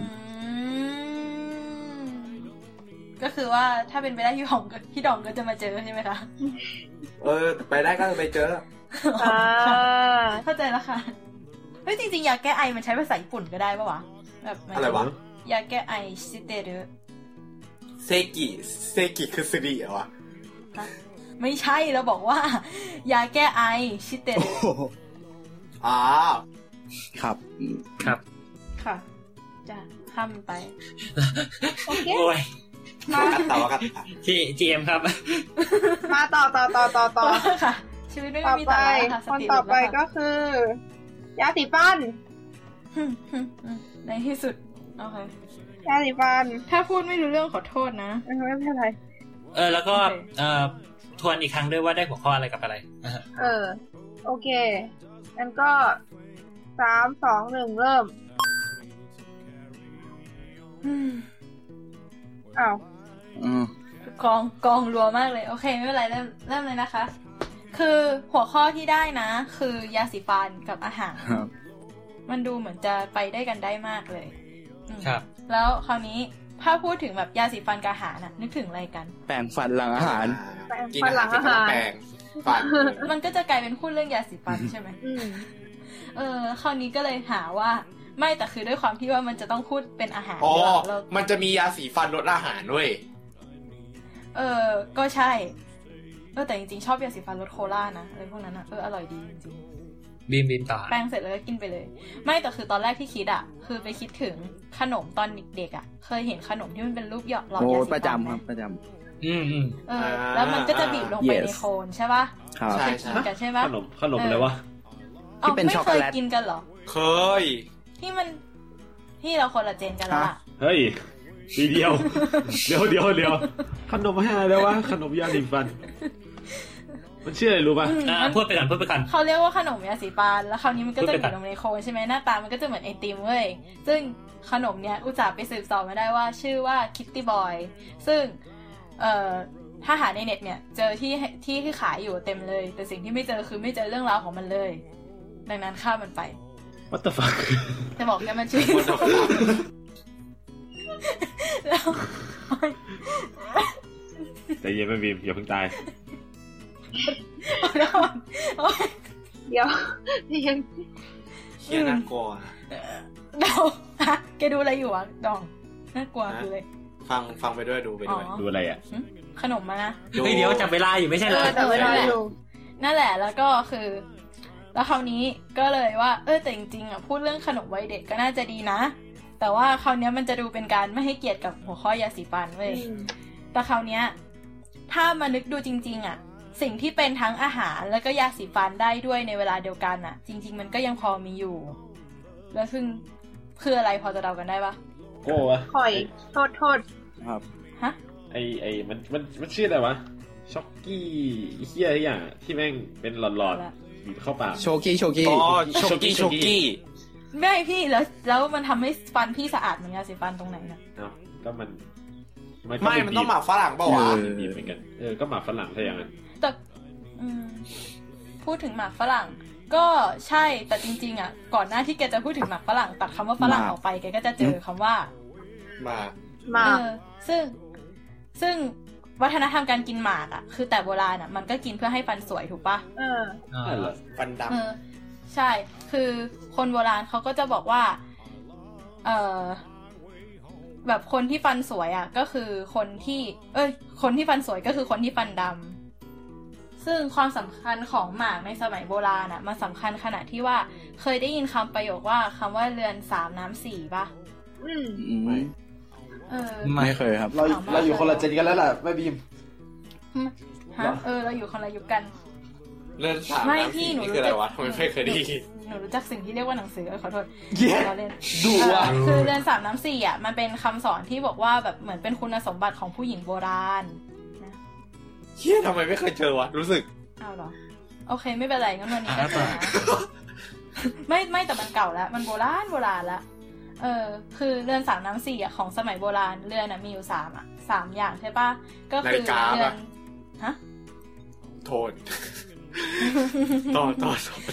ก็คือว่าถ้าเป็นไปได้พี่ดองพี่ดองก็จะมาเจอใช่ไหมคะเออไปได้ก็ไปเจออ่าเข้าใจแล้วค่ะเฮ้ยจริงๆยาแก้ไอมันใช้ภาษาญี่ปุ่นก็ได้ป่ะวะแบบอะไรวะยาแก้ไอซิเตรุเซกิเซกิคือซิริเหรอวะไม่ใช่เราบอกว่ายาแก้ไอซิเตรุอ๋อครับครับค่ะจะทำไปโอเคมาต่อครับจีจีเอ็มครับมาต่อต่อต่อต่อต่อค่ะชีวิตไม่มีต่อไปคนต่อไปก็คือยาสีฟันในที่สุดโอเคยาสีฟันถ้าพูดไม่รู้เรื่องขอโทษนะไม่เป็นไรเออแล้วก็เอ่อทวนอีกครั้งด้วยว่าได้หัวข้ออะไรกับอะไรเออโอเคงั้นก็สามสองหนึ่งเริ่มอ้าวกองกองรัวมากเลยโอเคไม่เป็นไรเริ่มเริ่มเลยนะคะคือหัวข้อที่ได้นะคือยาสีฟันกับอาหารมันดูเหมือนจะไปได้กันได้มากเลยครับแล้วคราวนี้ถ้าพูดถึงแบบยาสีฟันกับอาหารน่ะนึกถึงอะไรกันแปรงฟันหลังอาหารแปรงฟันหลังอาหารแปรงฟันมันก็จะกลายเป็นพูดเรื่องยาสีฟันใช่ไหมเออคราวนี้ก็เลยหาว่าไม่แต่คือด้วยความที่ว่ามันจะต้องพูดเป็นอาหารอ๋อมันจะมียาสีฟันลดอาหารด้วยเออก็ใช่เออแต่จริงๆชอบยาสีฟันรสโคล่านะอะไรพวกนั้นอ่ะเอออร่อยดีจริงๆบีมบีมต่อแปรงเสร็จแล้วก็กินไปเลยไม่แต่คือตอนแรกที่คิดอ่ะคือไปคิดถึงขนมตอนเด็กๆอ่ะเคยเห็นขนมที่มันเป็นรูปหยอดหลอดยาสีฟันประจำครับประจำอืมอืมเออแล้วมันก็จะบีบลงไปในโคนใช่ป่ะใช่ใช่กันใช่ป่ะขนมขนมอะไรวะที่เป็นช็อกโกแลตกินกันเหรอเคยที่มันที่เราคนละเจนกันแล้วอ่ะเฮ้ยทีเดียวเดี๋ยวเดี๋ยวเดี๋ยวขนมอะไรแล้ววะขนมยาสีฟันมันชื่ออะไรรู้ป่ะอ่าพูดไปก่อนพูดไปก่อนเขาเรียกว่าขนมยาสีฟันแล้วคราวนี้มันก็จะอยู่ในโคนใช่ไหมหน้าตามันก็จะเหมือนไอติมเว้ยซึ่งขนมเนี้ยอุตส่าห์ไปสืบสอบมาได้ว่าชื่อว่าคิตตี้บอยซึ่งเอ่อถ้าหาในเน็ตเนี่ยเจอที่ที่ที่ขายอยู่เต็มเลยแต่สิ่งที่ไม่เจอคือไม่เจอเรื่องราวของมันเลยดังนั้นข้ามมันไป What the fuck จะบอกแกมันชื่อแล้วใจเย็นไม่บีมอย่าเพิ่งตายเดี๋ยวเย็นเชี่ยน่ากลัวเดาแกดูอะไรอยู่วะดองน่ากลัวคืออะไรฟังฟังไปด้วยดูไปด้วยดูอะไรอ่ะขนมมานะเฮ้ยเดี๋ยวจับเวลาอยู่ไม่ใช่เหรอจับเวลาอยู่นั่นแหละแล้วก็คือแล้วคราวนี้ก็เลยว่าเออแต่จริงๆอ่ะพูดเรื่องขนมวัยเด็กก็น่าจะดีนะแต่ว่าคราวนี้มันจะดูเป็นการไม่ให้เกียรติกับหัวข้อยาสีฟันเว้ยแต่คราวนี้ถ้ามานึกดูจริงๆอ่ะสิ่งที่เป็นทั้งอาหารแล้วก็ยาสีฟันได้ด้วยในเวลาเดียวกันอ่ะจริงๆมันก็ยังพอมีอยู่แล้วซึ่งคืออะไรพอจะเดากันได้ปะโก้ะข่อยโทษโทษครับฮะไอไอมันมันมันชื่ออะไรวะช็อกกี้เฮียอะไรอย่างที่แม่งเป็นหลอดๆเข้าปากโชกี้โชกี้อ๋อโชกี้โชกี้ไม่พี่แล้วแล้วมันทำให้ฟันพี่สะอาดเหมือนยาสีฟันตรงไหนนะเนาะก็มันไม่มันต้องหมักฝรั่งเปล่าวะบีบเหมือนกันเออก็หมักฝรั่งใช่อย่างนั้นแต่พูดถึงหมักฝรั่งก็ใช่แต่จริงๆอ่ะก่อนหน้าที่แกจะพูดถึงหมักฝรั่งตัดคำว่าฝรั่งออกไปแกก็จะเจอคำว่าหมากหมากซึ่งซึ่งวัฒนธรรมการกินหมากอ่ะคือแต่โบราณอ่ะมันก็กินเพื่อให้ฟันสวยถูกปะเออฟันดำเออใช่คือคนโบราณเขาก็จะบอกว่าเออแบบคนที่ฟันสวยอ่ะก็คือคนที่เอ้ยคนที่ฟันสวยก็คือคนที่ฟันดำซึ่งความสำคัญของหมากในสมัยโบราณอ่ะมันสำคัญขนาดที่ว่าเคยได้ยินคำประโยคว่าคำว่าเรือนสามน้ำสี่ป่ะอืมเออไม่เคยครับเราเราอยู่คนละเจนกันแล้วแหละแม่บีมฮะเออเราอยู่คนละยุคกันเรือนสามไม่พี่หนูรู้จักอะไรวะไม่เคยได้ยินหนูรู้จักสิ่งที่เรียกว่าหนังสือขอโทษเราเล่นดูอ่ะคือเรือนสามน้ำสี่อ่ะมันเป็นคำสอนที่บอกว่าแบบเหมือนเป็นคุณสมบัติของผู้หญิงโบราณนะเฮียทำไมไม่เคยเจอวะรู้สึกอ้าวเหรอโอเคไม่เป็นไรงั้นวันนี้ก็เจอนะไม่ไม่แต่มันเก่าแล้วมันโบราณโบราณละเออคือเรือนสามน้ำสี่อ่ะของสมัยโบราณเรือนอ่ะมีอยู่สามอ่ะสามอย่างใช่ป่ะก็คือเรือนฮะโทษต่อต่อ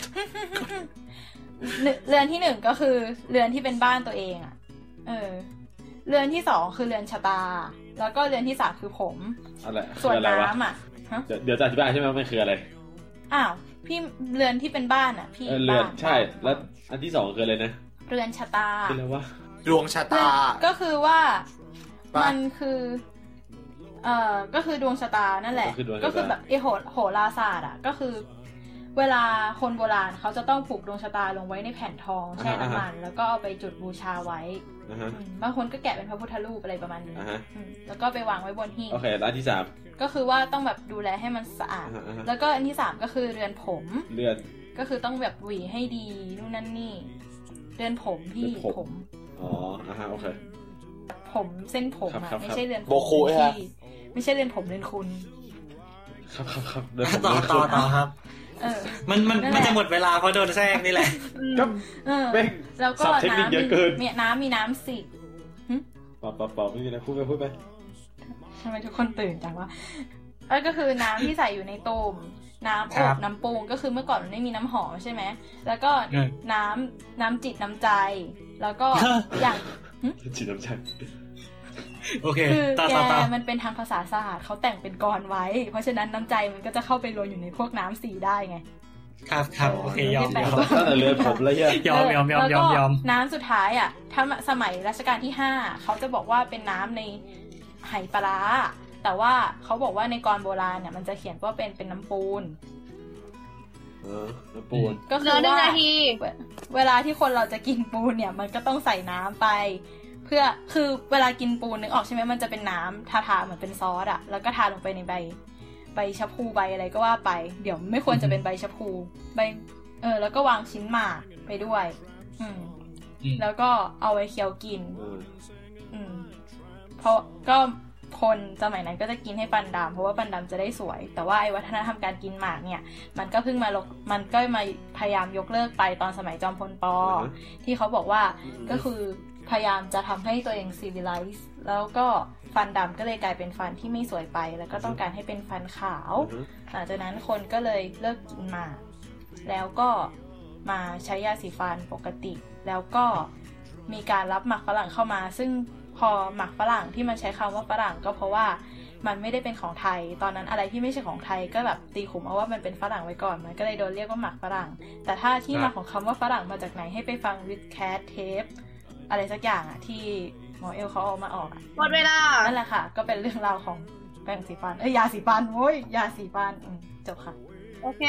เรือนที่หนึ่งก็คือเรือนที่เป็นบ้านตัวเองอ่ะเออเรือนที่สองคือเรือนชะตาแล้วก็เรือนที่สามคือผมอะไรส่วนน้ำอ่ะเดี๋ยวจะอธิบายใช่ไหมว่ามันคืออะไรอ้าวพี่เรือนที่เป็นบ้านอ่ะพี่เรือนใช่แล้วอันที่สองคืออะไรนะเรือนชะตาคืออะไรวะดวงชะตาก็คือว่ามันคือเอ่อก็คือดวงชะตานั่นแหละก็คือแบบไอ้โหโหราศาสตร์อ่ะก็คือเวลาคนโบราณเขาจะต้องผูกดวงชะตาลงไว้ในแผ่นทองแช่น้ำมันแล้วก็เอาไปจุดบูชาไว้บางคนก็แกะเป็นพระพุทธรูปอะไรประมาณนี้แล้วก็ไปวางไว้บนหิ้งโอเคแล้วอันที่สามก็คือว่าต้องแบบดูแลให้มันสะอาดแล้วก็อันที่สามก็คือเรือนผมเรือนก็คือต้องแบบหวีให้ดีนู่นนั่นนี่เรือนผมพี่ผมอ๋ออ่ะฮะโอเคผมเส้นผมอ่ะไม่ใช่เรือนผมที่ไม่ใช่เรือนผมเรือนคุณครับครับครับเรือนผมต่อต่อต่อครับเออมันมันมันจะหมดเวลาเพราะโดนแทรกนี่แหละก็แล้วก็น้ำมีน้ำมีน้ำสิปอบปอบปอบไม่มีอะไรพูดไปพูดไปทำไมทุกคนตื่นจังวะเอ้ก็คือน้ำที่ใส่อยู่ในต้มน้ำอบน้ำปรุงก็คือเมื่อก่อนมันไม่มีน้ำหอมใช่ไหมแล้วก็น้ำน้ำจิตน้ำใจแล้วก็อย่างจิตน้ำใจโอเคคือแกมันเป็นทางภาษาศาสตร์เขาแต่งเป็นกรไว้เพราะฉะนั้นน้ำใจมันก็จะเข้าไปรวมอยู่ในพวกน้ำสีได้ไงครับครับโอเคยอมยอมตั้งแต่เรือนผมแล้วยอมยอมยอมยอมยอมน้ำสุดท้ายอ่ะถ้าสมัยรัชกาลที่ห้าเขาจะบอกว่าเป็นน้ำในไหปลาแต่ว่าเขาบอกว่าในกรโบราณเนี่ยมันจะเขียนว่าเป็นเป็นน้ำปูนเออน้ำปูนก็คือว่าเวลาที่คนเราจะกินปูนเนี่ยมันก็ต้องใส่น้ำไปเพื่อคือเวลากินปูนนึกออกใช่ไหมมันจะเป็นน้ำทาทาเหมือนเป็นซอสอ่ะแล้วก็ทาลงไปในใบใบชะพูใบอะไรก็ว่าไปเดี๋ยวไม่ควรจะเป็นใบชะพูใบเออแล้วก็วางชิ้นหมากไปด้วยอืมแล้วก็เอาไว้เคี้ยวกินอืมเพราะก็คนสมัยนั้นก็จะกินให้ฟันดำเพราะว่าฟันดำจะได้สวยแต่ว่าไอ้วัฒนธรรมการกินหมากเนี่ยมันก็เพิ่งมาลกมันก็มาพยายามยกเลิกไปตอนสมัยจอมพลป.ที่เขาบอกว่าก็คือพยายามจะทำให้ตัวเองซีวิไลซ์แล้วก็ฟันดำก็เลยกลายเป็นฟันที่ไม่สวยไปแล้วก็ต้องการให้เป็นฟันขาวหลังจากนั้นคนก็เลยเลิกกินหมากแล้วก็มาใช้ยาสีฟันปกติแล้วก็มีการรับหมักฝรั่งเข้ามาซึ่งพอหมักฝรั่งที่มันใช้คำว่าฝรั่งก็เพราะว่ามันไม่ได้เป็นของไทยตอนนั้นอะไรที่ไม่ใช่ของไทยก็แบบตีขุมเอาว่ามันเป็นฝรั่งไว้ก่อนมันก็เลยโดนเรียกว่าหมักฝรั่งแต่ถ้าที่มาของคำว่าฝรั่งมาจากไหนให้ไปฟังวิดแคทเทปอะไรสักอย่างอ่ะที่หมอเอลเขาเอามาออกหมดเวลานั่นแหละค่ะก็เป็นเรื่องราวของแปรงสีฟันเอ้ยยาสีฟันโว้ยยาสีฟันจบค่ะโอเค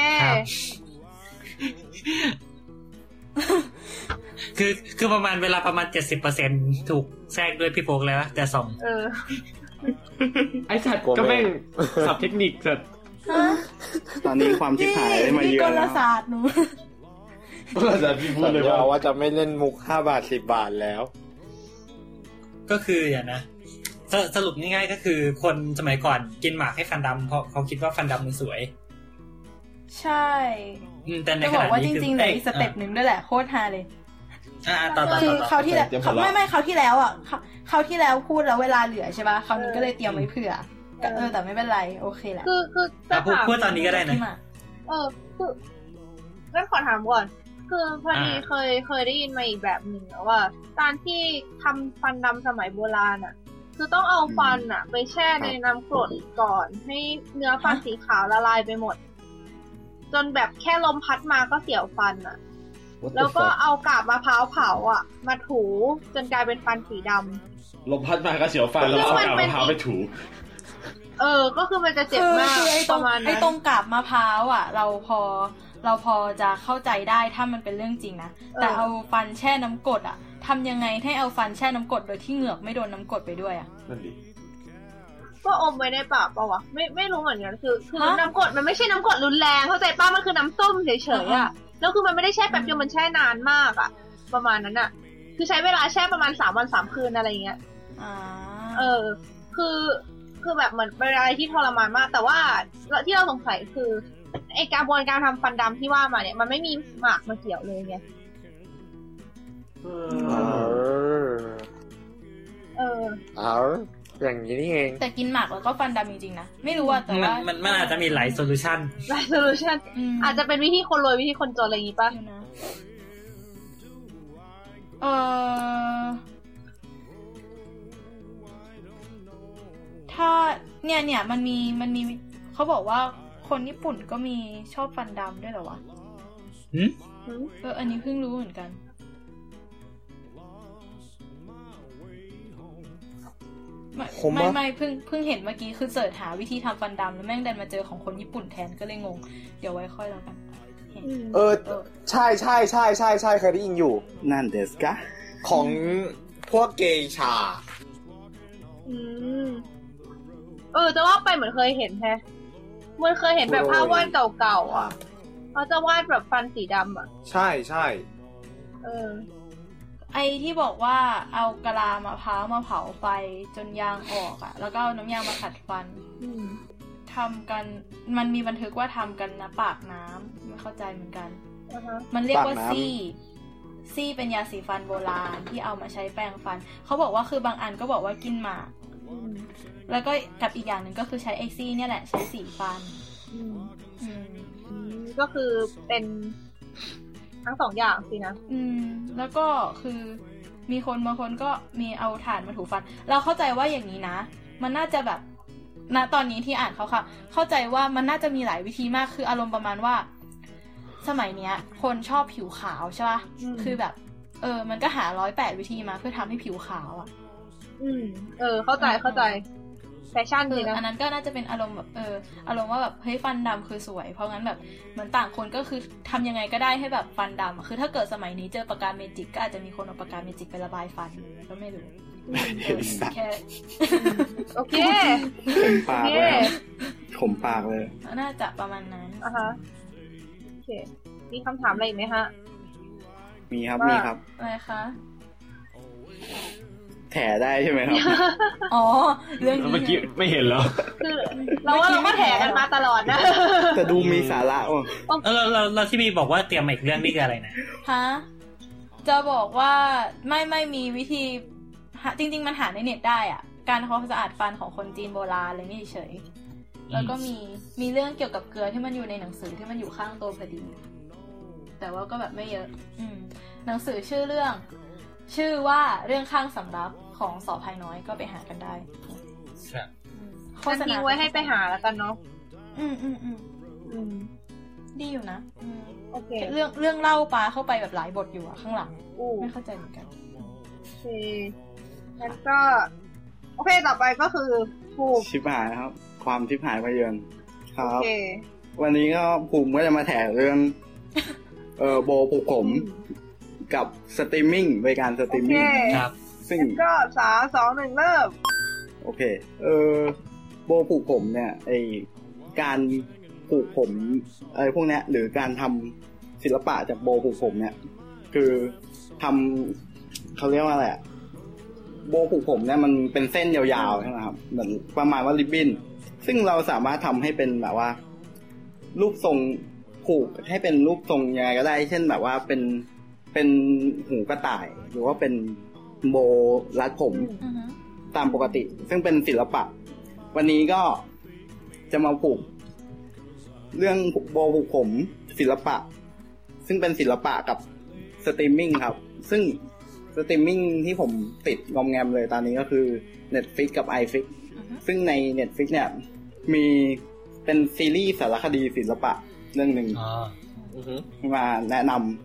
คือคือประมาณเวลาประมาณ เจ็ดสิบเปอร์เซ็นต์ ถูกแทรกด้วยพี่โฟกแล้วแต่สองเออไอ้สัตว์ก็แม่งสับเทคนิคสัตว์ตอนนี้ความชิบหายมาเยอะแล้วกลศาสตร์หนูกลศาสตร์พี่พูดเลยว่าจะไม่เล่นมุกห้าบาทสิบบาทแล้วก็คืออย่างนะสรุปง่ายๆก็คือคนสมัยก่อนกินหมากให้ฟันดำเพราะเขาคิดว่าฟันดำมันสวยใช่แต่ในขณะนี้บอกว่าจริงๆเลยอีกสเต็ปหนึ่งด้วยแหละโคตรฮาเลยอ่าต่อๆคือเขาที่แล้วไม่ไม่เขาที่แล้วอ่ะเขาที่แล้วพูดแล้วเวลาเหลือใช่ป่ะคราวนี้ก็เลยเตรียมไว้เผื่อเออแต่ไม่เป็นไรโอเคแหละคือคือจะถามพูดตอนนี้ก็ได้นะเออคืองั้นขอถามก่อนคือพอดีเคยเคยได้ยินมาอีกแบบหนึ่งว่าการที่ทำฟันดำสมัยโบราณอ่ะคือต้องเอาฟันอ่ะไปแช่ในน้ำกรดก่อนให้เนื้อฟันสีขาวละลายไปหมดจนแบบแค่ลมพัดมาก็เสียวฟันอ่ะแล้วก็เอากาบมะพร้าวเผาอ่ะมาถูจนกลายเป็นฟันสีดำลมพัดมาก็เสียวฟันแล้วเอากาบมะพร้าวไปถูเออก็คือมันจะเจ็บมากประมาณนั้นไอ้ตรงกาบมะพร้าวอ่ะเราพอเราพอจะเข้าใจได้ถ้ามันเป็นเรื่องจริงนะแต่เอาฟันแช่น้ำกรดอ่ะทำยังไงให้เอาฟันแช่น้ำกรดโดยที่เหงือกไม่โดนน้ำกรดไปด้วยอ่ะนั่นดิก็อมไว้ในปากป่าววะไม่ไม่รู้เหมือนกันคือคือน้ำกรดมันไม่ใช่น้ำกรดรุนแรงเข้าใจป้ามันคือน้ำส้มเฉยๆอ่ะแล้วคือมันไม่ได้แช่แป๊บเดียวมันแช่นานมากอ่ะประมาณนั้นอ่ะคือใช้เวลาแช่ประมาณสามวันสามคืนอะไรอย่างเงี้ยเออคือคือแบบเหมือนเป็นอะไรที่ทรมานมากแต่ว่าที่เราสงสัยคือไอ้กระบวนการทำฟันดำที่ว่ามาเนี่ยมันไม่มีหมากมาเกี่ยวเลยไงเออเออเอาอย่างนี้นี่เองแต่กินหมากแล้วก็ฟันดำจริงๆนะไม่รู้ว่าแต่ว่ามันมันอาจจะมีหลายโซลูชันหลายโซลูชันอาจจะเป็นวิธีคนรวยวิธีคนจนอะไรอย่างงี้ป่ะเออถ้าเนี่ยเนี่ยมันมีมันมีเขาบอกว่าคนญี่ปุ่นก็มีชอบฟันดำด้วยเหรอวะหืมเอออันนี้เพิ่งรู้เหมือนกันไม่ไม่ไม่เพิ่งเพิ่งเห็นเมื่อกี้คือเสิร์ชหาวิธีทำฟันดำแล้วแม่งดันมาเจอของคนญี่ปุ่นแทนก็เลยงงเดี๋ยวไว้ค่อยแล้วกันเออใช่ใช่ใช่ใช่ใช่เคยได้ยินอยู่นั่นเดสกะของพวกเกย์ชาอืมเออจะว่าไปเหมือนเคยเห็นแฮะมันเคยเห็นแบบภาพวาดเก่าๆอ่ะเขาจะวาดแบบฟันสีดำอ่ะใช่ใช่เออไอที่บอกว่าเอากะลามะพร้าวมาเผาไฟจนยางออกอ่ะแล้วก็เอาน้ำยางมาขัดฟันทำกันมันมีบันทึกว่าทำกันนะปากน้ำไม่เข้าใจเหมือนกัน uh-huh. มันเรียกว่าซี่ซี่เป็นยาสีฟันโบราณที่เอามาใช้แปรงฟันเขาบอกว่าคือบางอันก็บอกว่ากินหมากแล้วก็กับอีกอย่างหนึ่งก็คือใช้ไอซี่เนี่ยแหละใช้สีฟันก็คือเป็นทั้งสองอย่างสินะอืมแล้วก็คือมีคนบางคนก็มีเอาถ่านมาถูฟันเราเข้าใจว่าอย่างนี้นะมันน่าจะแบบณตอนนี้ที่อ่านเขาค่ะเข้าใจว่ามันน่าจะมีหลายวิธีมากคืออารมณ์ประมาณว่าสมัยเนี้ยคนชอบผิวขาวใช่ป่ะคือแบบเออมันก็หาร้อยแปดวิธีมาเพื่อทำให้ผิวขาวอ่ะอืมเออเข้าใจเข้าใจแฟชั่นเลยนะอันนั้นก็น่าจะเป็นอารมณ์แบบเอออารมณ์ว่าแบบเฮ้ยฟันดำคือสวยเพราะงั้นแบบเหมือนต่างคนก็คือทำยังไงก็ได้ให้แบบฟันดำคือถ้าเกิดสมัยนี้เจอปากกาเมจิกก็อาจจะมีคนเอาปากกาเมจิกไประบายฟันก็ไม่รู้แค่โอเคขมปากเลยขมปากเลยน่าจะประมาณนั้นอ่ะฮะโอเคมีคำถามอะไรอีกไหมฮะมีครับมีครับอะไรคะแถได้ใช่ไหมครับอ๋อเรื่องนี้เมื่อกี้ไม่เห็นแล้วคือเราว่าเราก็แถกันมาตลอดนะแต่ดูมีสาระอ่ะเออเราเราที่มีบอกว่าเตรียมอีกเรื่องนี่คืออะไรนะฮะจะบอกว่าไม่ไม่มีวิธีจริงๆมันหาในเน็ตได้อ่ะการทำความสะอาดฟันของคนจีนโบราณอะไรนี่เฉยแล้วก็มีมีเรื่องเกี่ยวกับเกลือที่มันอยู่ในหนังสือที่มันอยู่ข้างโต๊ะพอดีแต่ว่าก็แบบไม่เยอะอืมหนังสือชื่อเรื่องชื่อว่าเรื่องข้างสำรับของสอภายน้อยก็ไปหากันได้ครับโฆษณาไว้ให้ไปหาแล้วกันเนาะอืมอืมอืมอืมดีอยู่นะอืมโอเคเรื่องเรื่องเล่าปลาเข้าไปแบบหลายบทอยู่อะข้างหลังไม่เข้าใจเหมือนกันโอเคงั้นก็โอเคต่อไปก็คือภูมิชิบหายครับความชิบหายมาเยือนครับวันนี้ก็ภูมิก็จะมาแถเรื่องเออโบผูกผมกับสตรีมมิ่งบริการสตรีมมิ่งครับซึ่งก็สาม สอง หนึ่งเริ่มโอเคเออโบผูกผมเนี่ยไอการผูกผมอะไรพวกนี้หรือการทำศิลปะจากโบผูกผมเนี่ยคือทำเขาเรียกว่าอะไรอะโบผูกผมเนี่ยมันเป็นเส้นยาวๆใช่ไหมครับเหมือนประมาณว่าริบบิ้นซึ่งเราสามารถทำให้เป็นแบบว่ารูปทรงผูกให้เป็นรูปทรงยังไงก็ได้เช่นแบบว่าเป็นเป็นหูกระต่ายหรือว่าเป็นโบรัดผม uh-huh. ตามปกติซึ่งเป็นศิลปะวันนี้ก็จะมาผูกเรื่องโบผูกผมศิลปะซึ่งเป็นศิลปะกับสตรีมมิ่งครับซึ่งสตรีมมิ่งที่ผมติดงอมแงมเลยตอนนี้ก็คือ Netflix กับ iFlix uh-huh. ซึ่งใน Netflix เนี่ยมีเป็นซีรีส์สารคดีศิลปะเรื่องนึง uh-huh. มาแนะน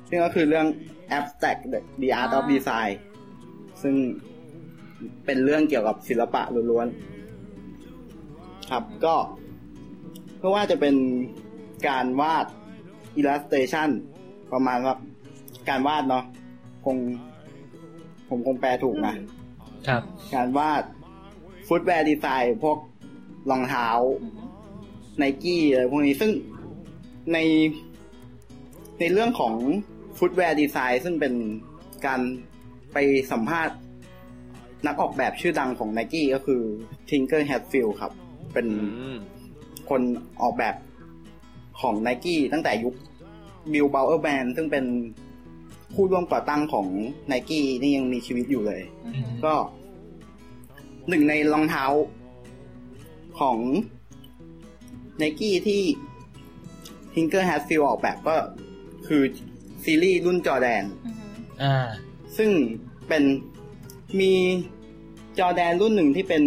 ซึ่งก็คือเรื่อง Abstract the Art of Design ซึ่งเป็นเรื่องเกี่ยวกับศิลปะล้วนๆครับก็เพราะว่าจะเป็นการวาด illustration ประมาณว่าการวาดเนาะคงผมคงแปลถูกนะครับการวาดฟุตแวร์ดีไซน์พวกรองเท้า Nike อะไรพวกนี้ซึ่งในในเรื่องของฟุตแวร์ดีไซน์ซึ่งเป็นการไปสัมภาษณ์นักออกแบบชื่อดังของ Nike ก็คือ Tinker Hatfield ครับเป็นคนออกแบบของ Nike ตั้งแต่ยุค Bill Bowerman ซึ่งเป็นผู้ร่วมก่อตั้งของ Nike นี่ยังมีชีวิตอยู่เลยก็หนึ่งในรองเท้าของ Nike ที่ Tinker Hatfield ออกแบบก็คือซีรีส์รุ่นจอร์แดนอ่าซึ่งเป็นมีจอร์แดนรุ่นหนึ่งที่เป็น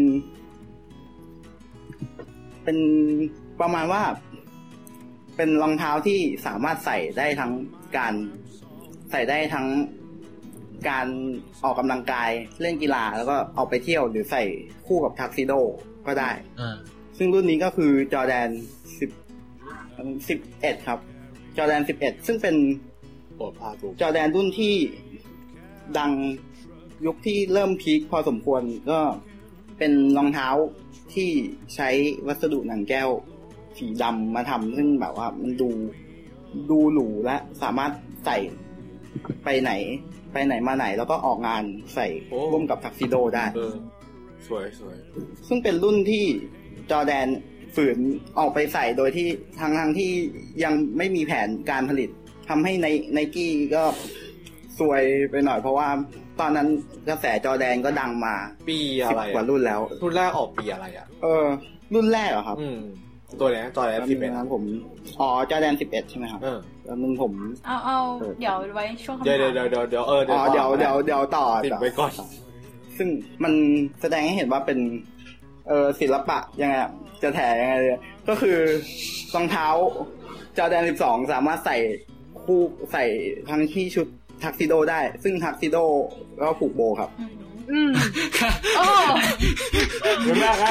เป็นประมาณว่าเป็นรองเท้าที่สามารถใส่ได้ทั้งการใส่ได้ทั้งการออกกำลังกายเล่นกีฬาแล้วก็ออกไปเที่ยวหรือใส่คู่กับทักซิโดก็ได้อ่าซึ่งรุ่นนี้ก็คือจอร์แดนสิบ สิบเอ็ดครับจอร์แดนสิบเอ็ดซึ่งเป็นจอร์แดนรุ่นที่ดังยุคที่เริ่มพีคพอสมควรก็เป็นรองเท้าที่ใช้วัสดุหนังแก้วสีดำมาทำซึ่งแบบว่ามันดูดูหรูและสามารถใส่ไปไหนไปไหนมาไหนแล้วก็ออกงานใส่ร่วมกับทักซิโดได้เออสวยสวยซึ่งเป็นรุ่นที่จอร์แดนฝืนออกไปใส่โดยที่ทางทางที่ยังไม่มีแผนการผลิตทำให้ในไนกี้ก็ซวยไปหน่อยเพราะว่าตอนนั้นกระแสจอร์แดนก็ดังมาปีอะไรกว่ารุ่นแล้วรุ่นแรกออกปีอะไรอ่ะเออรุ่นแรกเหรอครับอืมตัวไหนจอร์แดนสิบเอ็ดนะผมอ๋อจอร์แดนสิบเอ็ดใช่ไหมครับเออแล้วนึงผมเอาเอาเดี๋ยวไว้ช่วงคำถามเดี๋ยวเดี๋ยวเดี๋ยวเดี๋ยวเออเดี๋ยวเดี๋ยวเดี๋ยวเดี๋ยวต่อติดไว้ก่อนซึ่งมันแสดงให้เห็นว่าเป็นเออศิลปะยังไงจะแถยังไงเลยก็คือรองเท้าจอร์แดนสิบสองสามารถใส่คู่ใส่ทั้งที่ชุดทักซิโดได้ซึ่งทักซิโดก็ผูกโบครับอืมโอ้เดี๋ยวแม่ให้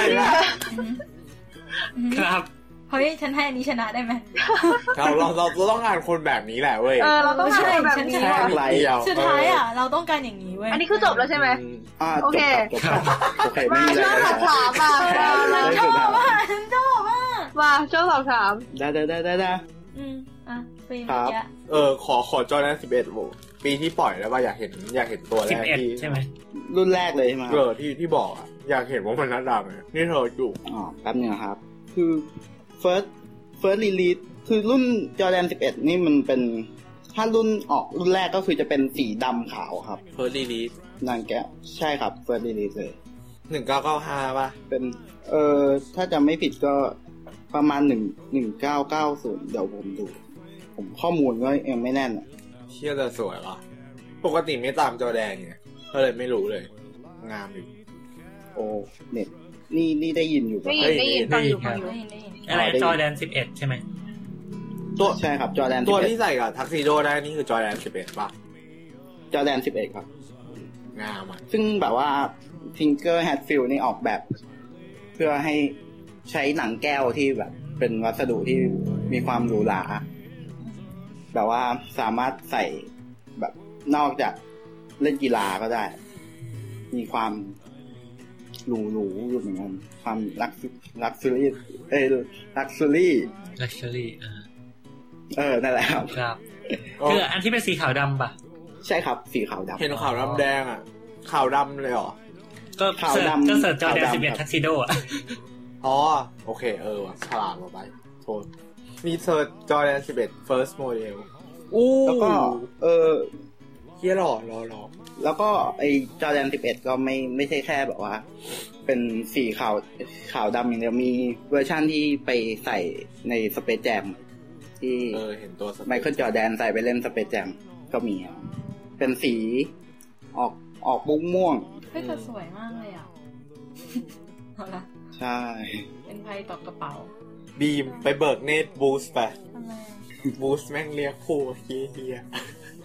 นะครับเฮ้ยฉันให้อันนี้ชนะได้ไหมเราเราเราต้องการคนแบบนี้แหละเว้ยเออเราต้องการคนแบบนี้สุดท้ายอ่ะเราต้องการอย่างนี้เว้ยอันนี้คือจบแล้วใช่ไหมโอเคโอเคมาช่วงสอบถามมาชอบมากชอบมากมาช่วงสอบถามได้ได้ได้ได้ได้อืมอ่ะปีนี้เออขอขอจอร์แดนสิบเอ็ดโหปีที่ปล่อยแล้วว่าอยากเห็นอยากเห็นตัวแรกที่ใช่ไหมรุ่นแรกเลยใช่ไหมเออที่ที่บอกอ่ะอยากเห็นว่ามันน่าดังนี่เธออยู่อ๋อแป๊บนึงครับคือ first first release คือรุ่นจอร์แดนสิบเอ็ดนี่มันเป็นถ้ารุ่นออกรุ่นแรกก็คือจะเป็นสีดำขาวครับ first release นั่นแกใช่ครับ first release เลยหนึ่งเก้าเก้าห้าป่ะเป็นเอ่อถ้าจำไม่ผิดก็ประมาณหนึ่ง หนึ่งเก้าเก้าศูนย์เดี๋ยวผมดูผมข้อมูลก็ยังไม่แน่นอ่ะเชี่ยแต่สวยว่ะปกติไม่ตามจอร์แดนไงก็เลยไม่รู้เลยงามอยู่โอ้เน็ตนี่นี่ได้ยินอยู่ได้ยินได้ยินฟังอยู่ฟังอยู่อะไรจอร์แดนสิบเอ็ดใช่ไหมตัวใช่ครับจอร์แดนตัวที่ใส่กับทักซิโดได้นี่คือจอร์แดนสิบเอ็ดป่ะจอร์แดนสิบเอ็ดครับงามอ่ะซึ่งแบบว่า Tinker Hatfield นี่ออกแบบเพื่อให้ใช้หนังแก้วที่แบบเป็นวัสดุที่มีความหรูหราแบบว่าสามารถใส่แบบนอกจากเล่นกีฬาก็ได้มีความหรูๆอยู่เหมือนกันความลักลักซ์รี่เอ้ยลักซ์รี่ลักซ์รี่เออนั่นแหละครับครับคืออันที่เป็นสีขาวดำป่ะใช่ครับสีขาวดำเห็นขาวดำแดงอ่ะขาวดำเลยเหรอก็ขาวดำก็เสิร์ชจอร์แดนสิบเอ็ดทักซิโดอ่ะอ๋อโอเคเออว่ะฉลาดกว่าไปโทษมีเสิร์ชจอร์แดนสิบเอ็ด first model อู้แล้วก็เออเฮียหล่อหล่อหล่อแล้วก็ไอ้จอร์แดนสิบเอ็ดก็ไม่ไม่ใช่แค่แบบว่าเป็นสีขาวขาวดำอย่างเดียวมีเวอร์ชั่นที่ไปใส่ในสเปซแจมที่เออเห็นตัวไมเคิลจอร์แดนใส่ไปเล่นสเปซแจมก็มีเป็นสีออกออกบุ้งม่วงเฮ้ยแต่สวยมากเลยอ่ะเอาละใช่เป็นไพ่ตอกกระเป๋าบีมไปเบิกเนตบูสต์ไปบูสต์แม่งเรียกคู่เฮียเฮีย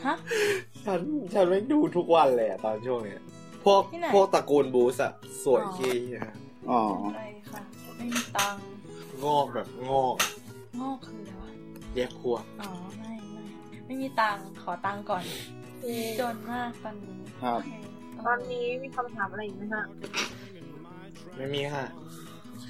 ฮะฉันฉันไม่ดูทุกวันเลยอะตอนช่วงเนี้ยพวกพวกตระกูลบูสอะสวยขี้ฮะอ๋ออะไรค่ะไม่มีตังค์งอกแบบงอกงอกคืออะไรวะแยกครัวอ๋อไม่ไม่ไม่มีตังค์ขอตังค์ก่อนจนมากตอนนี้ครับตอนนี้มีคำถามอะไรอีกไหมฮะไม่มีค่ะโอเค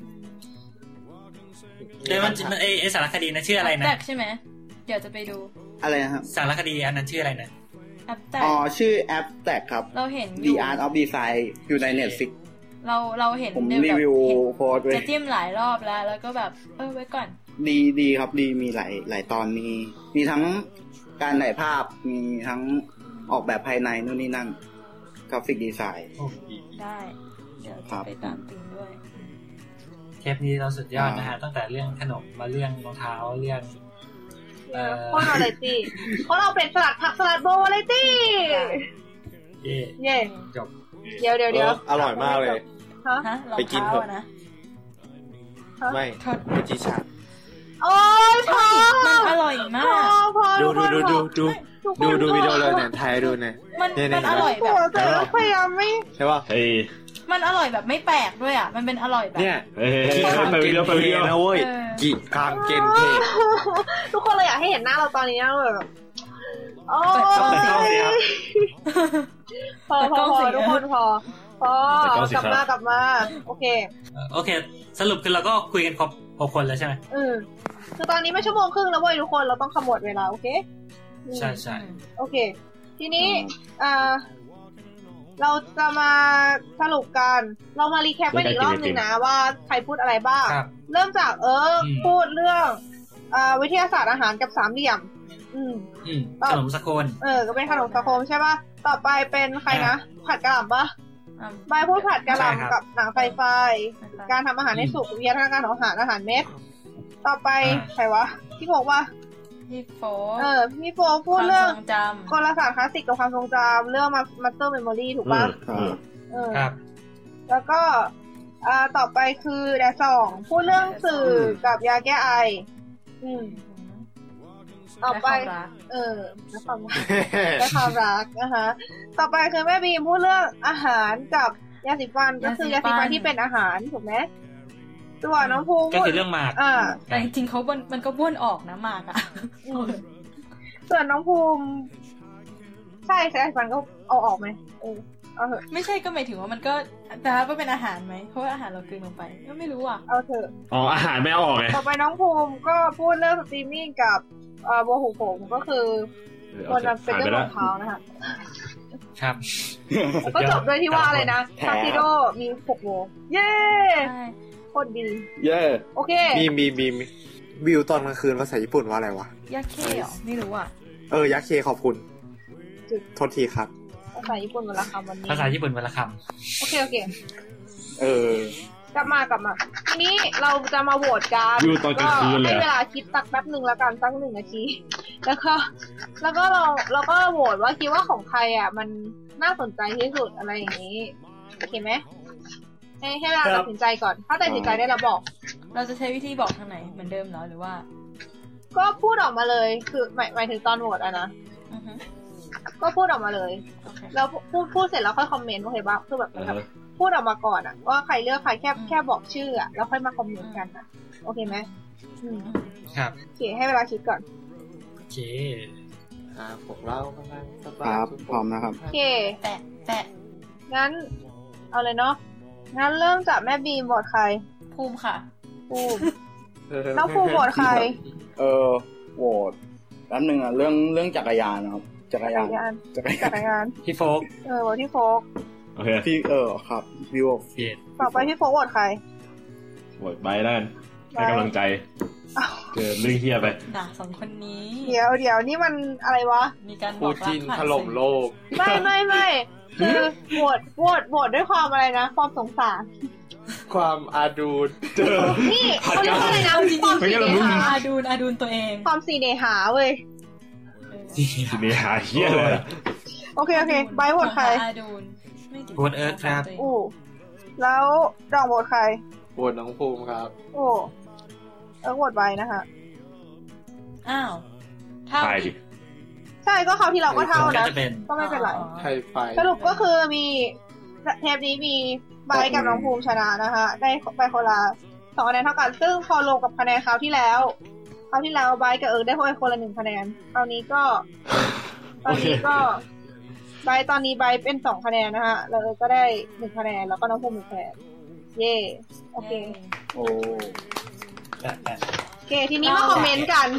เดี๋ยวมันมันไอสารคดีนะชื่ออะไรนะแตกใช่ไหมเดี๋ยวจะไปดูอะไรนะครับสารคดีอันนั้นชื่ออะไรนะแอปแตกอ๋อชื่อแอปแตกครับเราเห็น The Art of Design อยู่ใน Netflix เราเราเห็นผมรีวิวโพสต์ไว้จะจิ้มหลายรอบแล้วแล้วก็แบบเออไว้ก่อนดีดีครับดีมีหลายหลายตอนมีมีทั้งการถ่ายภาพมีทั้งออกแบบภายในนู่นนี่นั่นกราฟิกดีไซน์ได้เดี๋ยวจะไปตามติงด้วยเทปนี้เราสุดยอดนะฮะตั้งแต่เรื่องขนมมาเรื่องรองเท้าเรื่องเอ่อโคตรอะไรตี้เพราะเราเป็นสลัดผักสลัดโบอะไรตี้เย่เย่จบเดี๋ยวเดี๋ยวเดี๋ยวอร่อยมากเลยฮะไปกินเถอะนะไม่ไปจีชาโอ้ยพอมันอร่อยมากดูดูดูดูดูดูดูวิดีโอเลยเนี่ยถ่ายดูเนี่ยมันมันอร่อยแบบพยายามไม่ใช่ป่ะเฮ้ยมันอร่อยแบบไม่แปลกด้วยอ่ะมันเป็นอร่อยแบบเนี่ยกี่ครั้งไปวิดีโอไปวิดีโอนะเว้ยกี่ครั้งเกณฑ์เททุกคนเลยอยากให้เห็นหน้าเราตอนนี้นะแบบโอ้ยพอพอพอทุกคนพอพอกลับมากลับมาโอเคโอเคสรุปคือเราก็คุยกันครบหกคนแล้วใช่ไหมอืมคือตอนนี้ไม่ชั่วโมงครึ่งแล้วเว้ยทุกคนเราต้องขมวดเวลาโอเคใช่ใช่โอเคทีนี้อ่าเราจะมาสรุปกันเรามารีแคปกันอีกรอบนึงนะว่าใครพูดอะไรบ้างเริ่มจากเออพูดเรื่องอ่าวิทยาศาสตร์อาหารกับสามเหลี่ยมอืมอืมขนมสโคนเออก็เป็นขนมสโคนใช่ป่ะต่อไปเป็นใครนะผัดกะหล่ำป่ะใบพูดผัดกะหล่ำกับหนังไฟไฟการทำอาหารให้สุกวิทยาการของอาหารอาหารเม็ดต่อไปใครวะพี่บอกว่าพี่โฟเออพี่โฟพูดเรื่องกลศาสตร์คลาสสิกกับความทรงจำเรื่องมามัสเตอร์เมมโมรี่ถูกป่ะเออครับแล้วก็อ่าต่อไปคือแดดสองพูดเรื่องสื่อกับยาแก้ไออืมต่อไปเออแล้วความรักและความรักนะคะต่อไปคือแม่บีมพูดเรื่องอาหารกับยาสีฟันก็คือยาสีฟันที่เป็นอาหารถูกไหมตัวน้องภูมิก็คือเรื่องหมากอ่าแต่จริงๆเขาบนมันก็บ้วนออกนะหมากอ่ะส่วนน้องภูมิใช่ใช่ฟันก็เอาออกไหมเออเอาเถอะไม่ใช่ก็หมายถึงว่ามันก็แต่ว่าเป็นอาหารไหมเพราะว่าอาหารเรากลืนลงไปก็ไม่รู้อ่ะเอาเถอะอ๋ออาหารไม่เอาออกไงต่อไปน้องภูมิก็พูดเรื่องสตรีมมิ่งกับเอ่อโบหูผมก็คือคนนั้นเป็นเรื่องรองเท้านะคะครับก็จบด้วยที่ว่าอะไรนะคาซิโดมีหกโมเย้โคตรดีเย้โอเคมีมีมีวิวตอนกลางคืนภาษาญี่ปุ่นว่าอะไรวะยาเคเหรอไม่รู้อ่ะเออยาเคขอบคุณโทษทีครับภาษาญี่ปุ่นวันละคำวันนี้ภาษาญี่ปุ่นวันละคำโอเคโอเคเออกลับมากลับมาทีนี้เราจะมาโหวตกันก็ให้เวลาคิดสักแป๊บนึงแล้วกันสักหนึ่งนาทีแล้วก็แล้วก็เราเราก็โหวตว่าคิดว่าของใครอ่ะมันน่าสนใจที่สุดอะไรอย่างนี้โอเคไหมให้ให้เราตัดสินใจก่อนถ้าตัดสินใจได้เราบอกเราจะใช้วิธีบอกทางไหนเหมือนเดิมเหรอหรือว่าก็พูดออกมาเลยคือหมายหมายถึงตอนโหวตอะนะก็พูดออกมาเลยแล้วพูดพูดเสร็จแล้วค่อยคอมเมนต์โอเคป่ะคือแบบพูดออกมาก่อนอะว่าใครเลือกใครแค่แค่บอกชื่ออะแล้วค่อยมาคอมเมนต์กันอะโอเคไหมครับโอเคให้เวลาคิดก่อนโอเคอ่าพวกเราครับพร้อมนะครับโอเคแตะแตะงั้นเอาเลยเนาะงั้นเริ่มจากแม่บีมโหวตใครภูมิค่ะภูมิน้องภูมิโหวตใครเออโหวตแป๊บนึงอ่ะเรื่องเรื่องจักรยานนะครับจักรยานจักรยานจักรยานพี่โฟกเออโหวตพี่โฟกโอเคพี่เออครับวิวเฟียดต่อไปพี่โฟกโหวตใครโหวตไบแล้วกันให้กำลังใจเจอเรื่องเฮียไปด่าสองคนนี้เดี๋ยวเดี๋ยวนี่มันอะไรวะมีการบอกรักถล่มโลกไม่ไม่ไม่คือโหวตโหวตโหวตด้วยความอะไรนะความสงสารความอาดูนนี่เขาเรียกว่าอะไรนะความสีเนหาอาดูนอาดูนตัวเองความสีเนหาเว้ยสีเนหาเฮียเลยโอเคโอเคไบโหวตใครอาดูนโหวตเอิร์ธครับอู้แล้วดองโหวตใครโหวตน้องภูมิครับโอ้เอิร์ธโหวตไบนะคะอ้าวใช่ดิใช่ก็คราวที่เราก็เท่านะก็ไม่เป็นไรไทยไฟสรุปก็คือมีเทปนี้มีไบร์ทกับน้องภูมิชนะนะคะได้ไปคนละสองคะแนนเท่ากันซึ่งพอรวมกับคะแนนคราวที่แล้วคราวที่แล้วไบร์ทกับเอิร์กได้ไปคนละหนึ่งคะแนนคราวนี้ก็ตอนนี้ก็ไบร์ทตอนนี้ไบร์ทเป็นสองคะแนนนะคะแล้วเอิร์กก็ได้หนึ่งคะแนนแล้วก็น้องภูมิหนึ่งคะแนนเย่โอเคโอ้โอเคทีนี้มาคอมเมนต์กัน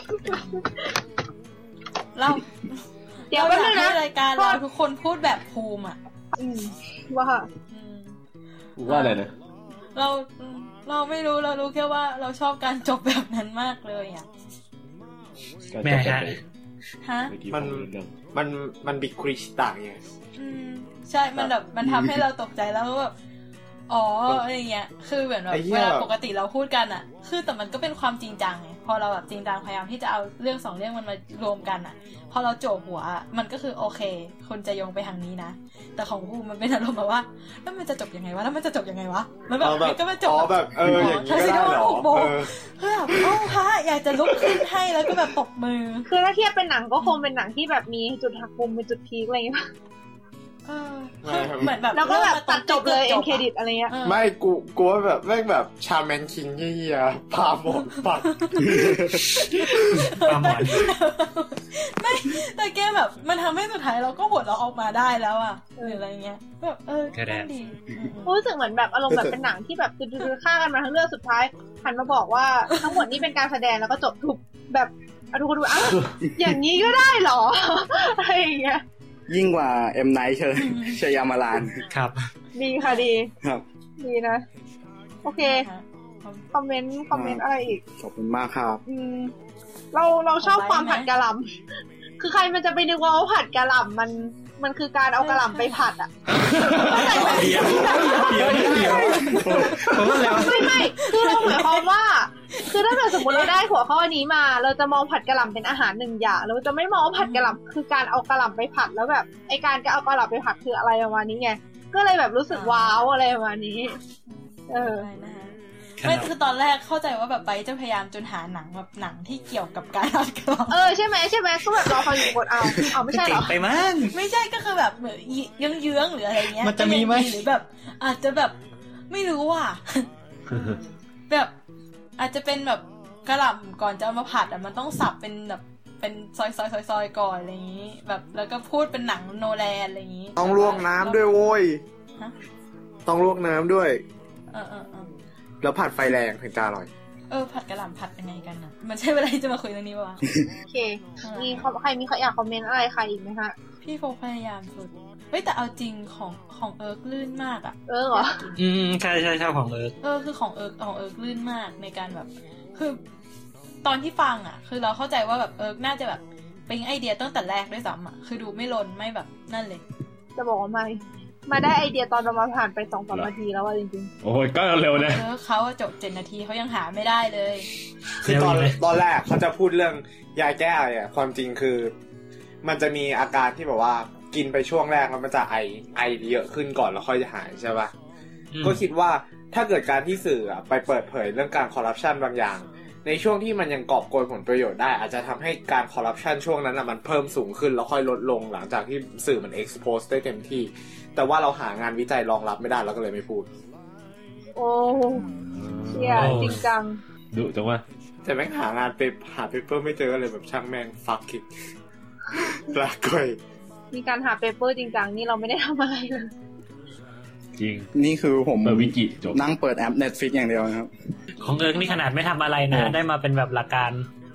เราเดี๋ยวแป๊บนึงนะรายการเราทุกคนพูดแบบภูมิอ่ะว่าว่าอะไรนะเราเราไม่รู้เรารู้แค่ว่าเราชอบการจบแบบนั้นมากเลยอ่ะแม่ฮะฮะมันมันมันบิ๊กคริสต่างไงอืมใช่มันแบบมันทำให้เราตกใจแล้วแบบอ๋ออะไรเงี้ยคือเหมือนแบบเวลาปกติเราพูดกันอ่ะคือแต่มันก็เป็นความจริงจังไงพอเราแบบจริงจังพยายามที่จะเอาเรื่องสองเรื่องมันมารวมกันอ่ะพอเราโจบหัวมันก็คือโอเคคนจะโยงไปทางนี้นะแต่ของภูมิมันเป็นอารมณ์แบบว่าแล้วมันจะจบยังไงวะแล้วมันจะจบยังไงวะแล้วแบบมันก็ไม่จบอ๋อแบบเอออย่างนี้ก็ได้หรอเออแบบโอ้พระอยากจะลุกขึ้นให้แล้วก็แบบตบมือคือถ้าเทียบเป็นหนังก็คงเป็นหนังที่แบบมีจุดหักมุมเป็นจุดพีคอะไรอย่างเงี้ยเออเหมือนแบบแล้วก็แบบตัดจบเลยเอ็นเครดิตอะไรเงี้ยไม่กูกูว่าแบบแม่งแบบชาแมนคิงเฮียพาหมดปัดพาหมดไม่แต่แกแบบมันทำให้สุดท้ายเราก็หัวเราออกมาได้แล้วอ่ะหรืออะไรเงี้ยแบบเออดีรู้สึกเหมือนแบบอารมณ์แบบเป็นหนังที่แบบคือฆ่ากันมาทั้งเรื่องสุดท้ายหันมาบอกว่าทั้งหมดนี้เป็นการแสดงแล้วก็จบทุกแบบทุกคนดูอ้าวอย่างนี้ก็ได้เหรออะไรอย่างเงี้ยยิ่งกว่า M Night เชยชยามาลานครับดีค่ะดีครับดีนะโอเคคอมเมนต์คอมเมนต์อะไรอีกขอบคุณมากครับอืมเราเราชอบความผัดกะหล่ำคือใครมันจะไปนึกว่าผัดกะหล่ำมันมันคือการเอากะหล่ำไปผัดอ่ะเดี๋ยวเดี๋ยวเดี๋ยวไม่ไม่คือเราหมายความว่าคือถ้าเกิดสมมติเราได้หัวข้อนี้มาเราจะมองผัดกะหล่ำเป็นอาหารหนึ่งอย่างเราจะไม่มองผัดกะหล่ำคือการเอากะหล่ำไปผัดแล้วแบบไอการจะเอากะหล่ำไปผัดคืออะไรประมาณนี้ไงก็เลยแบบรู้สึกว้าวอะไรประมาณนี้เออไม่คือตอนแรกเข้าใจว่าแบบไปจะพยายามจนหาหนังแบบหนังที่เกี่ยวกับการผัดกะหล่ำเออใช่ไหมใช่ไหมก็แบบรอเขาอยู่บนเอาเอาไม่ใช่หรอไปมั้งไม่ใช่ก็คือแบบเหมือนเยื้องๆหรืออะไรเงี้ยมันจะมีไหมหรือแบบอาจจะแบบไม่รู้ว่ะแบบอาจจะเป็นแบบกะหล่ำก่อนจะเอามาผัดอ่ะมันต้องสับเป็นแบบเป็นซอยๆๆๆก่อนอะไรอย่างนี้แบบแล้วก็พูดเป็นหนังโนแลนอะไรอย่างนี้ต้องลวกน้ำด้วยโว้ยต้องลวกน้ำด้วยเออเออเออแล้วผัดไฟแรงถึงจะอร่อยเออผัดกะหล่ำผัดยังไงกันนะมันใช่เวลาที่จะมาคุยเรื่องนี้ป่ะโอเคมีใครมีใครอยากคอมเมนต์อะไรใครอีกไหมคะพี่โฟพยายามสุดเฮ้ยแต่เอาจริงของของเอิร์กลื่นมากอ่ะเออเหรออืมใช่ใช่ใช่ของเอิร์กเออคือของเอิร์กของเอิร์กลื่นมากในการแบบคือตอนที่ฟังอ่ะคือเราเข้าใจว่าแบบเอิร์กน่าจะแบบเป็นไอเดียตั้งแต่แรกด้วยซ้ำอ่ะคือดูไม่ลนไม่แบบนั่นเลยจะบอกว่าไม่มาได้ไอเดียตอนประมาณผ่านไป สองถึงสาม นาทีแล้วว่าจริงๆโอ้ยก็เร็วนะเออเขาจบเจ็ดนาทีเขายังหาไม่ได้เลยคือตอนตอนแรกเขาจะพูดเรื่องยาแก้ไออ่ะความจริงคือมันจะมีอาการที่แบบว่ากินไปช่วงแรกแล้วมันจะไอไอเยอะขึ้นก่อนแล้วค่อยจะหายใช่ป่ะก็คิดว่าถ้าเกิดการที่สื่อไปเปิดเผยเรื่องการคอร์รัปชันบางอย่างในช่วงที่มันยังกอบโกยผลประโยชน์ได้อาจจะทำให้การคอร์รัปชันช่วงนั้นมันเพิ่มสูงขึ้นแล้วค่อยลดลงหลังจากที่สื่อมันเอ็กซ์โพสได้เต็มที่แต่ว่าเราหางานวิจัยรองรับไม่ได้เราก็เลยไม่พูดโอ้เชี่ยจริงจังดุจังวะแต่แม่งหางานไปหาเปเปอร์ไม่เจอเลยแบบช่างแม่งฟักคิดปลาก้อยมีการหาเปเปอร์จริงจังนี่เราไม่ได้ทำอะไรเลยจริงนี่คือผมเปิดวิกิจบนั่งเปิดแอป Netflix อย่างเดียวครับของเอิร์กนี่ขนาดไม่ทำอะไรนะได้มาเป็นแบบหลักการ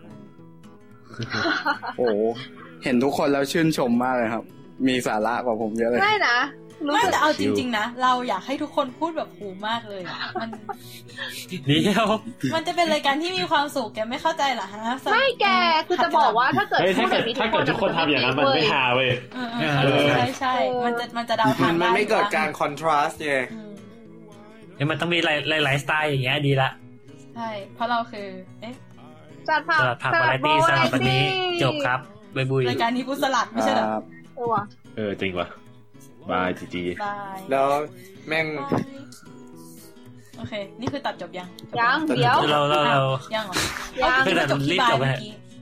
โอ้เห็นทุกคนแล้วชื่นชมมากเลยครับมีสาระกว่าผมเยอะเลยไม่นะไม่แต่เอาจริงๆนะเราอยากให้ทุกคนพูดแบบภูมิมากเลยมันเดี๋ยวมันจะเป็นรายการที่มีความสุขแกไม่เข้าใจเหรอฮะไม่แกคือจะบอกว่าถ้าเกิดพูดแบบนี้ถ้าเกิดทุกคนทำอย่างนั้นมันไม่ฮาเว้ยใช่ใช่มันจะมันจะเดาทางได้มันไม่เกิดการคอนทราสต์ไงเนี่ยมันต้องมีหลายหลายสไตล์อย่างเงี้ยดีละใช่เพราะเราคือเอ๊ะจัดผักผักวาไรตี้สำหรับวันนี้จบครับบ๊ายบายรายการนี้กูสลัดไม่ใช่เหรอเออว่ะเออจริงว่ะบายจีจีแล้วแม่งโอเคนี่คือตัดจบยังยังเดี๋ยวเราเราเรายังเหรอยังคือจบที่บายเมื่อกี้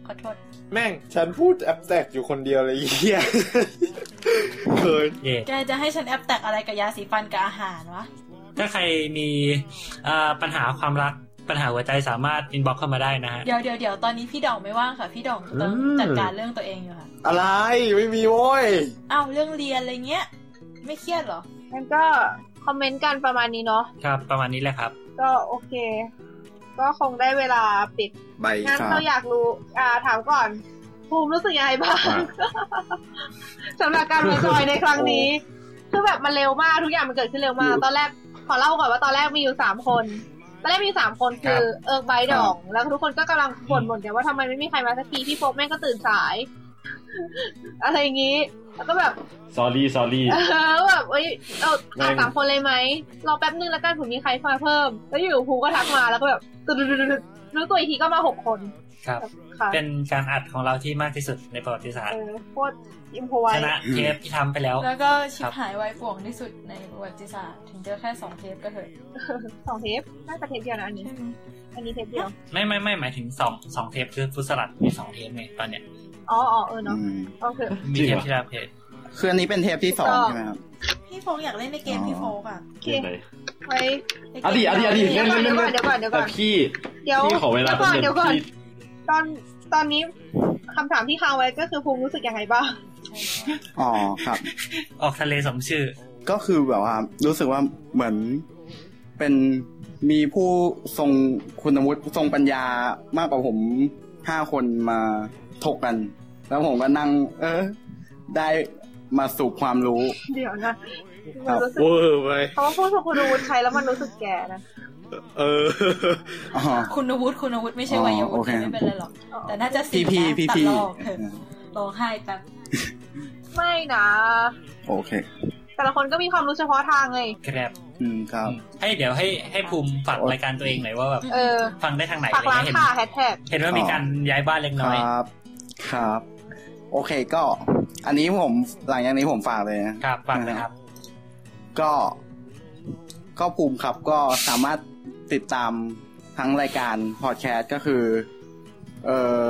ขอโทษแม่งฉันพูดแอปแตกอยู่คนเดียวเลยเหี้ยเคยแกจะให้ฉันแอปแตกอะไรกับยาสีฟันกับอาหารวะถ้าใครมีปัญหาความรักปัญหาหัวใจสามารถอินบ็อกซ์เข้ามาได้นะฮะเดี๋ยวเดี๋ยวเดี๋ยวตอนนี้พี่ดองไม่ว่างค่ะพี่ดองต้องจัดการเรื่องตัวเองอยู่ค่ะอะไรไม่มีโว้ยอ้าวเรื่องเรียนอะไรเงี้ยไม่เครียดเหรองั้นก็คอมเมนต์กันประมาณนี้เนาะครับประมาณนี้แหละครับก็โอเคก็คงได้เวลาปิดงั้นเราอยากรู้อ่าถามก่อนภูมิรู้สึกยังไงบ้างสำหรับการมาจอยในครั้งนี้คือแบบมันเร็วมากทุกอย่างมันเกิดขึ้นเร็วมากตอนแรกขอเล่าก่อนว่าตอนแรกมีอยู่สามคนตอนแรกมีสามคนคือเอิร์กไบท์ดองแล้วทุกคนก็กำลังบ่นบ่นกันว่าทำไมไม่มีใครมาสักทีพี่โป๊ปแม่งก็ตื่นสายอะไรอย่างงี้แล้วก็แบบ sorry sorry เออแบบเอ้ยเอาเอาสามคนเลยไหมรอแป๊บนึงแล้วกันผมมีใครมาเพิ่มแล้วอยู่ภูก็ทักมาแล้วก็แบบรู้ตัวอีกทีก็มาหกคนครับเป็นการอัดของเราที่มากที่สุดในประวัติศาสตร์โคตรอิมโพไวชนะเทปที่ทำไปแล้วแล้วก็ชิบหายไวป่วงที่สุดในประวัติศาสตร์ถึงจะแค่สองเทปก็เถอะสองเทปน่าจะเทปเดียวนะอันนี้อันนี้เทปเดียวไม่ไม่ไม่หมายถึงสองสองเทปคือฟุตสลัดมีสองเทปไงตอนเนี้ยอ๋ออ๋อเออเนาะโอเคมีเทปที่แล้วเทปคืออันนี้เป็นเทปที่สองใช่ไหมครับพี่โฟกอยากเล่นในเกมพี่โฟกอ่ะเกมไหนไว้อดีตอดีตอดีตเล่นเล่นเล่นเดี๋ยวก่อนเดี๋ยวก่อนพี่เดี๋ยวพี่ขอเวลาแป๊บนึงพี่ตอนตอนนี้คำถามที่ค้างไว้ก็คือภูมิรู้สึกยังไงบ้างอ๋อครับออกทะเลสมชื่อก็คือแบบว่ารู้สึกว่าเหมือนเป็นมีผู้ทรงคุณวุฒิทรงปัญญามากกว่าผมห้าคนมาถกกันแล้วผมก็นั่งเออได้มาสู่ความรู้เดี๋ยวนะเวอร์ไปเพราะว่าผู้ทรงคุณวุฒิใช้แล้วมันรู้สึกแก่นะเออคุณวุฒิคุณวุฒิไม่ใช่วัยวุฒิไม่เป็นไรหรอกแต่น่าจะสีนะตัดลอกเถอะร้องไห้แป๊บไม่นะโอเคแต่ละคนก็มีความรู้เฉพาะทางเลยครับอืมครับให้เดี๋ยวให้ให้ภูมิฝากรายการตัวเองหน่อยว่าแบบฟังได้ทางไหนฝากร้านค่ะแฮชแท็กเห็นว่ามีการย้ายบ้านเล็กน้อยครับครับโอเคก็อันนี้ผมหลังจากนี้ผมฝากเลยนะครับฝากเลยครับก็ก็ภูมิครับก็สามารถติดตามทั้งรายการพอดแคสต์ก็คือเอ่อ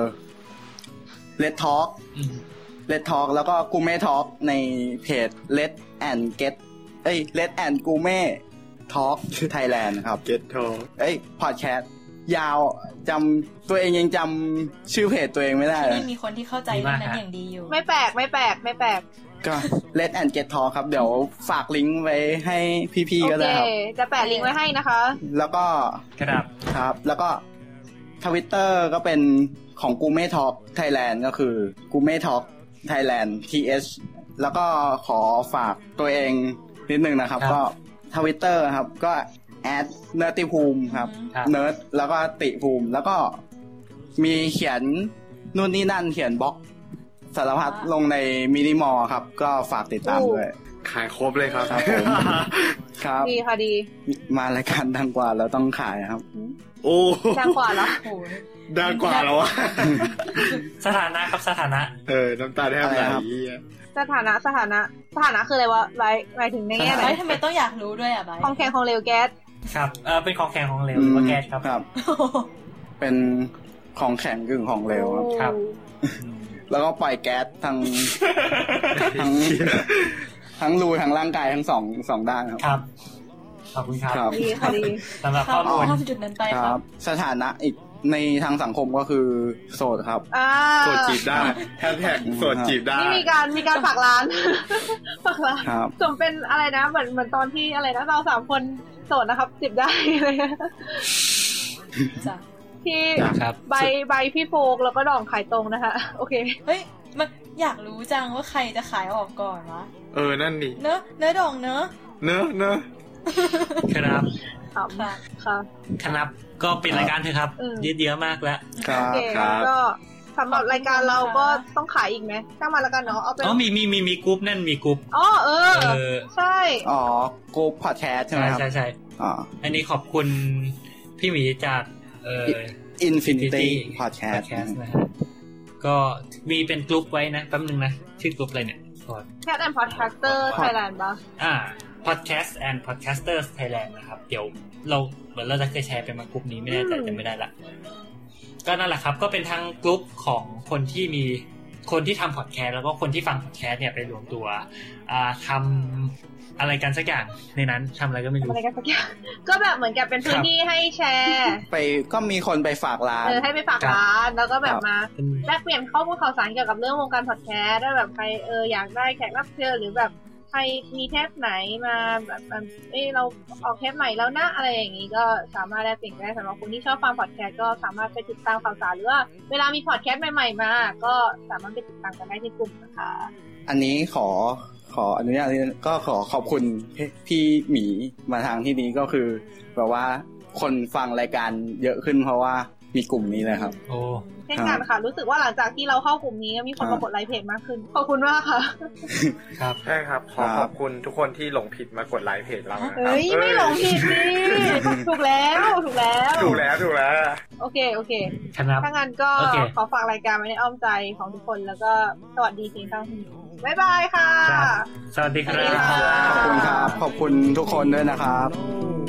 Red Talk Red Talk แล้วก็กูเม่ทอล์กในเพจ Red and Get เอ้ย Red and กูเม่ทอล์ก Thailand ครับ Get Talk เอ้ยพอดแคสต์ยาวจำตัวเองยังจำชื่อเพจตัวเองไม่ได้เลยมีคนที่เข้าใจเรื่องนั้นอย่างดีอยู่ไม่แปลกไม่แปลกไม่แปลกก็ Red and Get Talk ครับเดี๋ยวฝากลิงก์ไว้ให้พี่ๆก็ได้ครับโอเคจะแปะลิงก์ไว้ให้นะคะแล้วก็ครับครับแล้วก็ Twitter ก็เป็นของกูเม่ทอล์ก Thailand ก็คือกูเม่ทอล์ก Thailand ที เอช แล้วก็ขอฝากตัวเองนิดนึงนะครับก็ Twitter ครับก็แอดเนิร์ดติภูมิครับเนิร์ดแล้วก็ติภูมิแล้วก็มีเขียนนู่นนี่นั่นเขียนบล็อกสารพัดลงในมินิมอลครับก็ฝากติดตามด้วยขายครบเลยครับครับผมครับดีค่ะดีมารายการดังกว่าเราต้องขายครับโอ้ดังกว่าเหรอดังกว่าแล้ววะสถานะครับสถานะเออน้ำตาแทบไหลสถานะสถานะสถานะคืออะไรวะไว้ไว้ถึงในแง่ไหนทำไมต้องอยากรู้ด้วยอ่ะไว้ของแข็งของเหลวแก๊สครับเออเป็นของแข็งของเหลวหรือว่าแก๊สครับครับเป็นของแข็งกึ่งของเหลวครับแล้วก็ปล่อยแก๊สทั้งทั้งทั้งรูทั้งร่างกายทั้งสองสองด้านครับครับขอบคุณครับดีค่ะดีสำหรับข้อมูลจุดนั้นไปครับสถานะอีกในทางสังคมก็คือโสดครับโสดจีบได้แฮชแท็กโสดจีบได้นี่มีการมีการฝากร้านฝากร้านสมเป็นอะไรนะเหมือนเหมือนตอนที่อะไรนะเราสามคนโสดนะครับจีบได้เลยที่ใบใบพี่โฟกแล้วก็ดองขายตรงนะคะโอเคเฮ้ยมันอยากรู้จังว่าใครจะขายออกก่อนวะเออนั่นดิเนอะเนื้อดองเนอะเนอะเนอะครับค่ะค่ะครับก็เป็นรายการเถอะครับยืดเยอะมากแล้วครับก็สำหรับรายการเราก็ต้องขายอีกไหมช่างมาแล้วกันเนาะเอาเป็นอ๋อมีมีมีมีกรุ๊ปนั่นมีกรุ๊ปอ๋อเออใช่อ๋อกรุ๊ปพอดแคสต์ใช่ไหมครับใช่ใช่อ๋ออันนี้ขอบคุณพี่หมีจากเอ่อ Infinity Podcast นะฮะก็มีเป็นกลุ่มไว้นะแป๊บนึงนะชื่อกลุ่มอะไรเนี่ย Podcast and Podcaster Thailand ป่ะอ่า Podcast and Podcasters Thailand นะครับเดี๋ยวเราเหมือนเราจะเคยแชร์ไปมากลุ่มนี้ไม่แน่ใจจำไม่ได้ละก็นั่นแหละครับก็เป็นทั้งกลุ่มของคนที่มีคนที่ทำพอดแคสต์แล้วก็คนที่ฟังพอดแคสต์เนี่ยไปรวมตัวอ่าทำอะไรกันสักอย่างในนั้นทำอะไรก็ไม่รู้อะไรกันสักอย่างก็แบบเหมือนกับเป็นพื้นที่ให้แชร์ไปก็มีคนไปฝากร้านเออให้ไปฝากร้านแล้วก็แบบมาแลกเปลี่ยนข้อมูลข่าวสารเกี่ยวกับเรื่องวงการพอดแคสต์แบบใครเอออยากได้แขกรับเชิญหรือแบบใครมีเทปไหนมาแบบเอ้ยเราออกเทปใหม่แล้วนะอะไรอย่างนี้ก็สามารถแลกเปลี่ยนได้สำหรับคนที่ชอบฟังพอดแคสต์ก็สามารถไปติดตามข่าวสารหรือว่าเวลามีพอดแคสต์ใหม่ๆมาก็สามารถไปติดตามกันได้ที่กลุ่มนะคะอันนี้ขอขออนุญาตก็ขอขอบคุณพี่หมีมาทางที่นี้ก็คือแบบว่าคนฟังรายการเยอะขึ้นเพราะว่ามีกลุ่มนี้เลยครับโอ้เช่นกันค่ะรู้สึกว่าหลังจากที่เราเข้ากลุ่มนี้มีคนมากดไลค์เพจมากขึ้นขอบคุณมากค่ะครับใช่ครับขอขอบคุณทุกคนที่หลงผิดมากดไลค์เพจเราเฮ้ยไม่หลงผิดสิถูกแล้วถูกแล้วถูกแล้วถูกแล้วโอเคโอเคถ้างั้นก็ขอฝากรายการไว้ในอ้อมใจของทุกคนแล้วก็สวัสดีทีมทั้งทีมบ๊ายบายค่ะสวัสดีครับขอบคุณครับขอบคุณทุกคนด้วยนะครับ